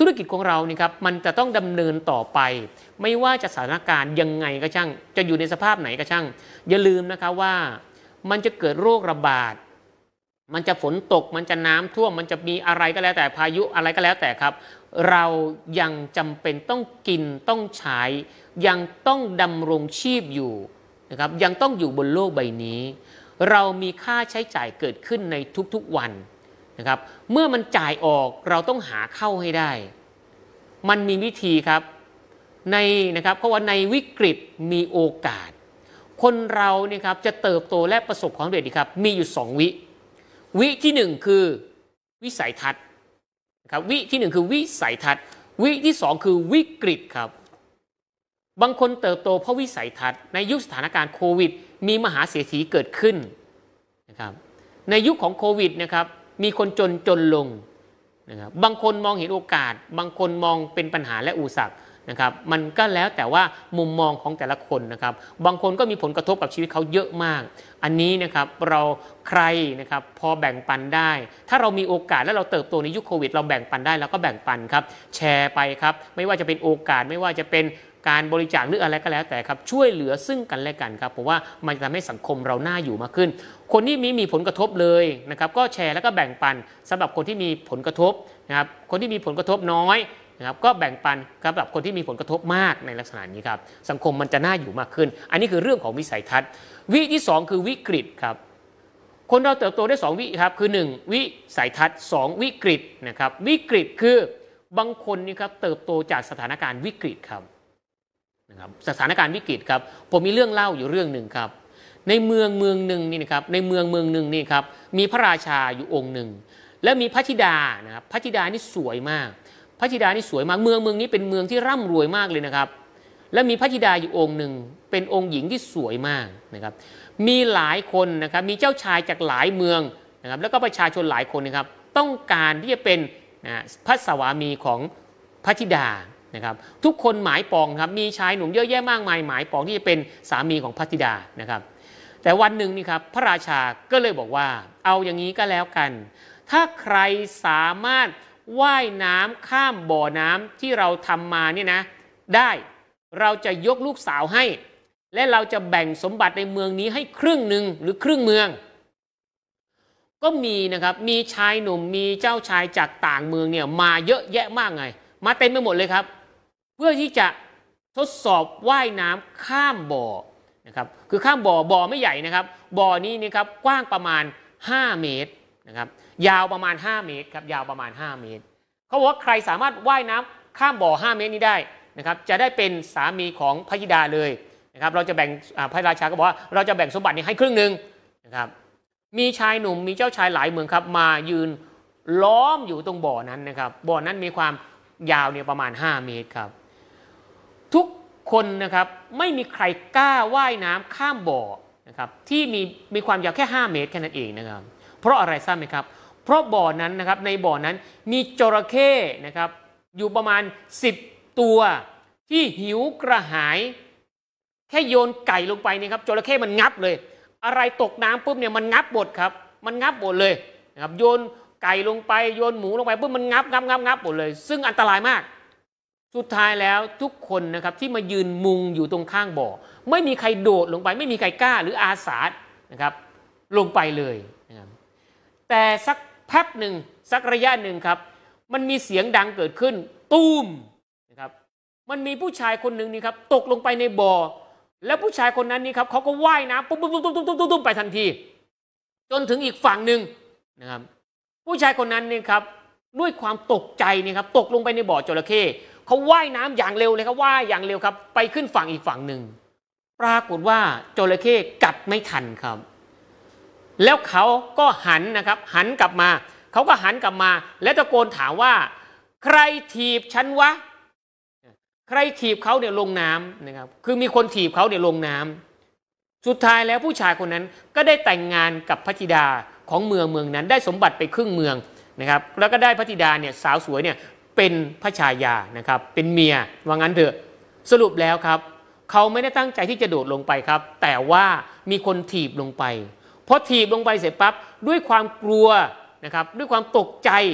ธุรกิจของเรานี่ครับมันจะต้องดำเนินต่อไปไม่ว่าจะสถานการณ์ยังไงก็ช่างจะอยู่ในสภาพไหนก็ช่างอย่าลืมนะคะว่ามันจะเกิดโรคระบาดมันจะฝนตกมันจะน้ำท่วมมันจะมีอะไรก็แล้วแต่พายุอะไรก็แล้วแต่ครับเรายังจำเป็นต้องกินต้องใช้ยังต้องดำรงชีพอยู่นะครับยังต้องอยู่บนโลกใบนี้เรามีค่าใช้จ่ายเกิดขึ้นในทุกๆวันนะครับเมื่อมันจ่ายออกเราต้องหาเข้าให้ได้มันมีวิธีครับในนะครับเพราะว่าในวิกฤตมีโอกาสคนเราเนี่ยครับจะเติบโตและประสบความสำเร็จครับมีอยู่สองวิวิที่หนึ่งคือวิสัยทัศน์ครับวิที่หนึ่งคือวิสัยทัศน์วิที่สองคือวิกฤตครับบางคนเติบโตเพราะวิสัยทัศน์ในยุคสถานการณ์โควิดมีมหาเศรษฐีเกิดขึ้นนะครับในยุคของโควิดนะครับมีคนจนจนลงนะครับบางคนมองเห็นโอกาสบางคนมองเป็นปัญหาและอุปสรรคนะครับมันก็แล้วแต่ว่ามุมมองของแต่ละคนนะครับบางคนก็มีผลกระทบกับชีวิตเขาเยอะมากอันนี้นะครับเราใครนะครับพอแบ่งปันได้ถ้าเรามีโอกาสและเราเติบโตในยุคโควิดเราแบ่งปันได้เราก็แบ่งปันครับแชร์ไปครับไม่ว่าจะเป็นโอกาสไม่ว่าจะเป็นการบริจาคหรืออะไรก็แล้วแต่ครับช่วยเหลือซึ่งกันและกันครับผมว่ามันจะทำให้สังคมเราน่าอยู่มากขึ้นคนที่มีมีผลกระทบเลยนะครับก็แชร์แล้วก็แบ่งปันสำหรับคนที่มีผลกระทบนะครับคนที่มีผลกระทบน้อยนะครับก็แบ่งปันสำหรับคนที่มีผลกระทบมากในลักษณะนี้ครับสังคมมันจะน่าอยู่มากขึ้นอันนี้คือเรื่องของวิสัยทัศน์วิที่สองคือวิกฤตครับคนเราเติบโตได้สองวิครับคือหนึ่งวิสัยทัศน์สองวิกฤตนะครับวิกฤตคือบางคนนี่ครับเติบโตจากสถานการณ์วิกฤตครับนะครับสถานการณ์วิกฤตครับผมมีเรื่องเล่าอยู่เรื่องหนึ่งครับในเมืองเมืองหนึ่งนี่นะครับในเมืองเมืองหนึ่งนี่ครับมีพระราชาอยู่องค์หนึ่งและมีพระธิดานะครับพระธิดานี่สวยมากพระธิดานี่สวยมากเมืองเมืองนี้เป็นเมืองที่ร่ำรวยมากเลยนะครับและมีพระธิดาอยู่องค์หนึ่งเป็นองค์หญิงที่สวยมากนะครับมีหลายคนนะครับมีเจ้าชายจากหลายเมืองนะครับแล้วก็ประชาชนหลายคนนะครับต้องการที่จะเป็นนะพระสวามีของพระธิดานะครับทุกคนหมายปองครับมีชายหนุ่มเยอะแยะมากมายหมายปองที่จะเป็นสามีของพระธิดานะครับแต่วันหนึ่งนี่ครับพระราชาก็เลยบอกว่าเอาอย่างนี้ก็แล้วกันถ้าใครสามารถว่ายน้ำข้ามบ่อน้ำที่เราทำมาเนี่ยนะได้เราจะยกลูกสาวให้และเราจะแบ่งสมบัติในเมืองนี้ให้ครึ่งหนึ่งหรือครึ่งเมืองก็มีนะครับมีชายหนุ่มมีเจ้าชายจากต่างเมืองเนี่ยมาเยอะแยะมากไงมาเต็มไปหมดเลยครับเพื่อที่จะทดสอบว่ายน้ำข้ามบ่อนะครับคือข้ามบ่อบ่อไม่ใหญ่นะครับบ่อนี้นี่ครับกว้างประมาณห้าเมตรนะครับยาวประมาณห้าเมตรครับยาวประมาณห้าเมตรเขาบอกว่าใครสามารถว่ายน้ำข้ามบ่อห้าเมตรนี้ได้นะครับจะได้เป็นสามีของพระธิดาเลยนะครับเราจะแบ่งพระราชาก็บอกว่าเราจะแบ่งสมบัตินี้ให้ครึ่งหนึ่งนะครับมีชายหนุ่มมีเจ้าชายหลายเมืองครับมายืนล้อมอยู่ตรงบ่อนั้นนะครับบ่อนั้นมีความยาวเนี่ยประมาณห้าเมตรครับทุกคนนะครับไม่มีใครกล้าว่ายน้ำข้ามบ่อนะครับที่มีมีความยาวแค่ห้าเมตรแค่นั้นเองนะครับเพราะอะไรทราบไหมครับเพราะบ่อนั้นนะครับในบ่อนั้นมีจระเข้นะครับอยู่ประมาณสิบตัวที่หิวกระหายแค่โยนไก่ลงไปนี่ครับจระเข้มันงับเลยอะไรตกน้ำปุ๊บเนี่ยมันงับหมดครับมันงับหมดเลยนะครับโยนไก่ลงไปโยนหมูลงไปปุ๊บมันงับงับงับงับหมดเลยซึ่งอันตรายมากสุดท้ายแล้วทุกคนนะครับที่มายืนมุงอยู่ตรงข้างบ่อไม่มีใครโดดลงไปไม่มีใครกล้าหรืออาสานะครับลงไปเลยนะครับแต่สักแป๊บหนึ่งสักระยะหนึ่งครับมันมีเสียงดังเกิดขึ้นตูมนะครับมันมีผู้ชายคนหนึ่งนี่ครับตกลงไปในบ่อแล้วผู้ชายคนนั้นนี่ครับเขาก็ว่ายน้ำปุ๊บปุ๊บปุ๊บปุ๊บปุ๊บปุ๊บไปทันทีจนถึงอีกฝั่งหนึ่งนะครับผู้ชายคนนั้นนี่ครับด้วยความตกใจนี่ครับตกลงไปในบ่อจระเข้เขาว่ายน้ำอย่างเร็วเลยครับว่ายอย่างเร็วครับไปขึ้นฝั่งอีกฝั่งหนึ่งปรากฏว่าจระเข้กัดไม่ทันครับแล้วเขาก็หันนะครับหันกลับมาเขาก็หันกลับมาและตะโกนถามว่าใครถีบฉันวะใครถีบเขาเนี่ยลงน้ำนะครับคือมีคนถีบเขาเนี่ยลงน้ำสุดท้ายแล้วผู้ชายคนนั้นก็ได้แต่งงานกับพระธิดาของเมืองเมืองนั้นได้สมบัติไปครึ่งเมืองนะครับแล้วก็ได้พระธิดาเนี่ยสาวสวยเนี่ยเป็นพระชายานะครับเป็นเมียว่างั้นเถอะสรุปแล้วครับเขาไม่ได้ตั้งใจที่จะโดดลงไปครับแต่ว่ามีคนถีบลงไปพอถีบลงไปเสร็จปั๊บด้วยความกลัวนะครับด้วยความตกใจ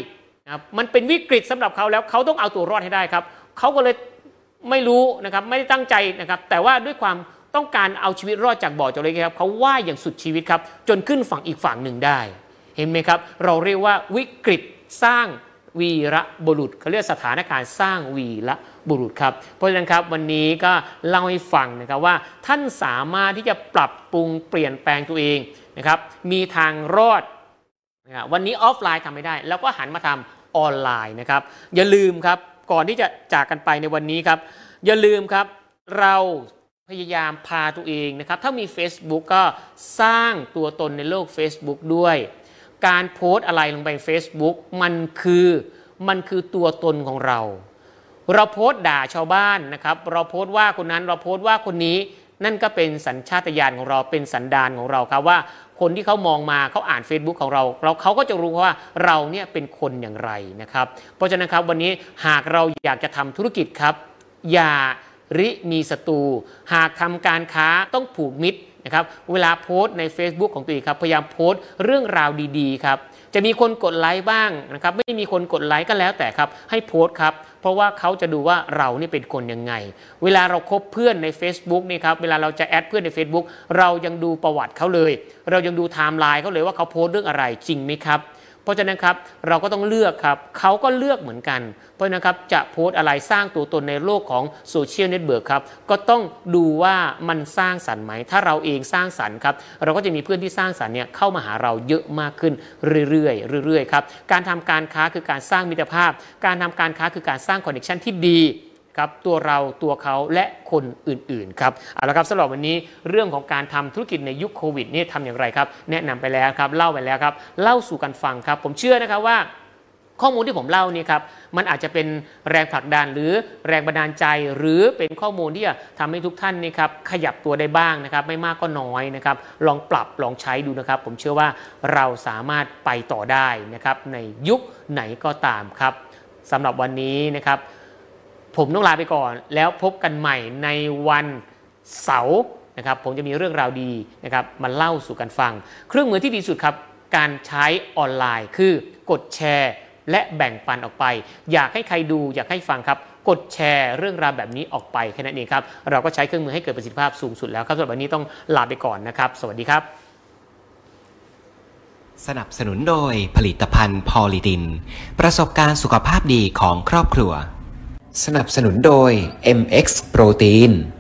นะครับมันเป็นวิกฤตสำหรับเขาแล้วเขาต้องเอาตัวรอดให้ได้ครับเขาก็เลยไม่รู้นะครับไม่ได้ตั้งใจนะครับแต่ว่าด้วยความต้องการเอาชีวิตรอดจากบ่อจระเข้ครับเขาว่ายอย่างสุดชีวิตครับจนขึ้นฝั่งอีกฝั่งหนึ่งได้เห็นไหมครับเราเรียกว่าวิกฤตสร้างวีรบุรุษเขาเรียกสถานการณ์สร้างวีรบุรุษครับเพราะฉะนั้นครับวันนี้ก็เล่าให้ฟังนะครับว่าท่านสามารถที่จะปรับปรุงเปลี่ยนแปลงตัวเองนะครับมีทางรอดนะวันนี้ออฟไลน์ทำไม่ได้แล้วก็หันมาทำออนไลน์นะครับอย่าลืมครับก่อนที่จะจากกันไปในวันนี้ครับอย่าลืมครับเราพยายามพาตัวเองนะครับถ้ามี Facebook ก็สร้างตัวตนในโลก Facebook ด้วยการโพสต์อะไรลงไป Facebook มันคือมันคือตัวตนของเราเราโพสต์ด่าชาวบ้านนะครับเราโพสต์ว่าคนนั้นเราโพสต์ว่าคนนี้นั่นก็เป็นสัญชาตญาณของเราเป็นสันดานของเราครับว่าคนที่เขามองมาเขาอ่าน Facebook ของเราเราเขาก็จะรู้ว่าเราเนี่ยเป็นคนอย่างไรนะครับเพราะฉะนั้นครับวันนี้หากเราอยากจะทำธุรกิจครับอย่าริมีศัตรูหากทำการค้าต้องผูกมิตรนะครับเวลาโพสต์ใน Facebook ของตัวเองครับพยายามโพสต์เรื่องราวดีๆครับจะมีคนกดไลค์บ้างนะครับไม่มีคนกดไลค์ก็แล้วแต่ครับให้โพสต์ครับเพราะว่าเขาจะดูว่าเรานี่เป็นคนยังไงเวลาเราคบเพื่อนใน Facebook นี่ครับเวลาเราจะแอดเพื่อนใน Facebook เรายังดูประวัติเขาเลยเรายังดูไทม์ไลน์เขาเลยว่าเขาโพสต์เรื่องอะไรจริงไหมครับเพราะฉะนั้นครับเราก็ต้องเลือกครับเขาก็เลือกเหมือนกันเพราะฉะนั้นครับจะโพสต์อะไรสร้างตัวตนในโลกของโซเชียลเน็ตเวิร์กครับก็ต้องดูว่ามันสร้างสรรค์ไหมถ้าเราเองสร้างสรรค์ครับเราก็จะมีเพื่อนที่สร้างสรรค์เนี่ยเข้ามาหาเราเยอะมากขึ้นเรื่อยๆเรื่อยๆครับการทำการค้าคือการสร้างมิตรภาพการทำการค้าคือการสร้างคอนเนคชั่นที่ดีครับตัวเราตัวเขาและคนอื่นๆครับเอาละครับสำหรับวันนี้เรื่องของการทำธุรกิจในยุคโควิดนี่ทำอย่างไรครับแนะนำไปแล้วครับเล่าไปแล้วครับเล่าสู่กันฟังครับผมเชื่อนะครับว่าข้อมูลที่ผมเล่านี่ครับมันอาจจะเป็นแรงผลักดันหรือแรงบันดาลใจหรือเป็นข้อมูลที่จะทำให้ทุกท่านนี่ครับขยับตัวได้บ้างนะครับไม่มากก็น้อยนะครับลองปรับลองใช้ดูนะครับผมเชื่อว่าเราสามารถไปต่อได้นะครับในยุคไหนก็ตามครับสำหรับวันนี้นะครับผมต้องลาไปก่อนแล้วพบกันใหม่ในวันเสาร์นะครับผมจะมีเรื่องราวดีนะครับมาเล่าสู่กันฟังเครื่องมือที่ดีสุดครับการใช้ออนไลน์คือกดแชร์และแบ่งปันออกไปอยากให้ใครดูอยากให้ฟังครับกดแชร์เรื่องราวแบบนี้ออกไปแค่นั้นเองครับเราก็ใช้เครื่องมือให้เกิดประสิทธิภาพสูงสุดแล้วครับสำหรับวันนี้ต้องลาไปก่อนนะครับสวัสดีครับสนับสนุนโดยผลิตภัณฑ์พอลิดินประสบการณ์สุขภาพดีของครอบครัวสนับสนุนโดย เอ็ม เอ็กซ์ โปรตีน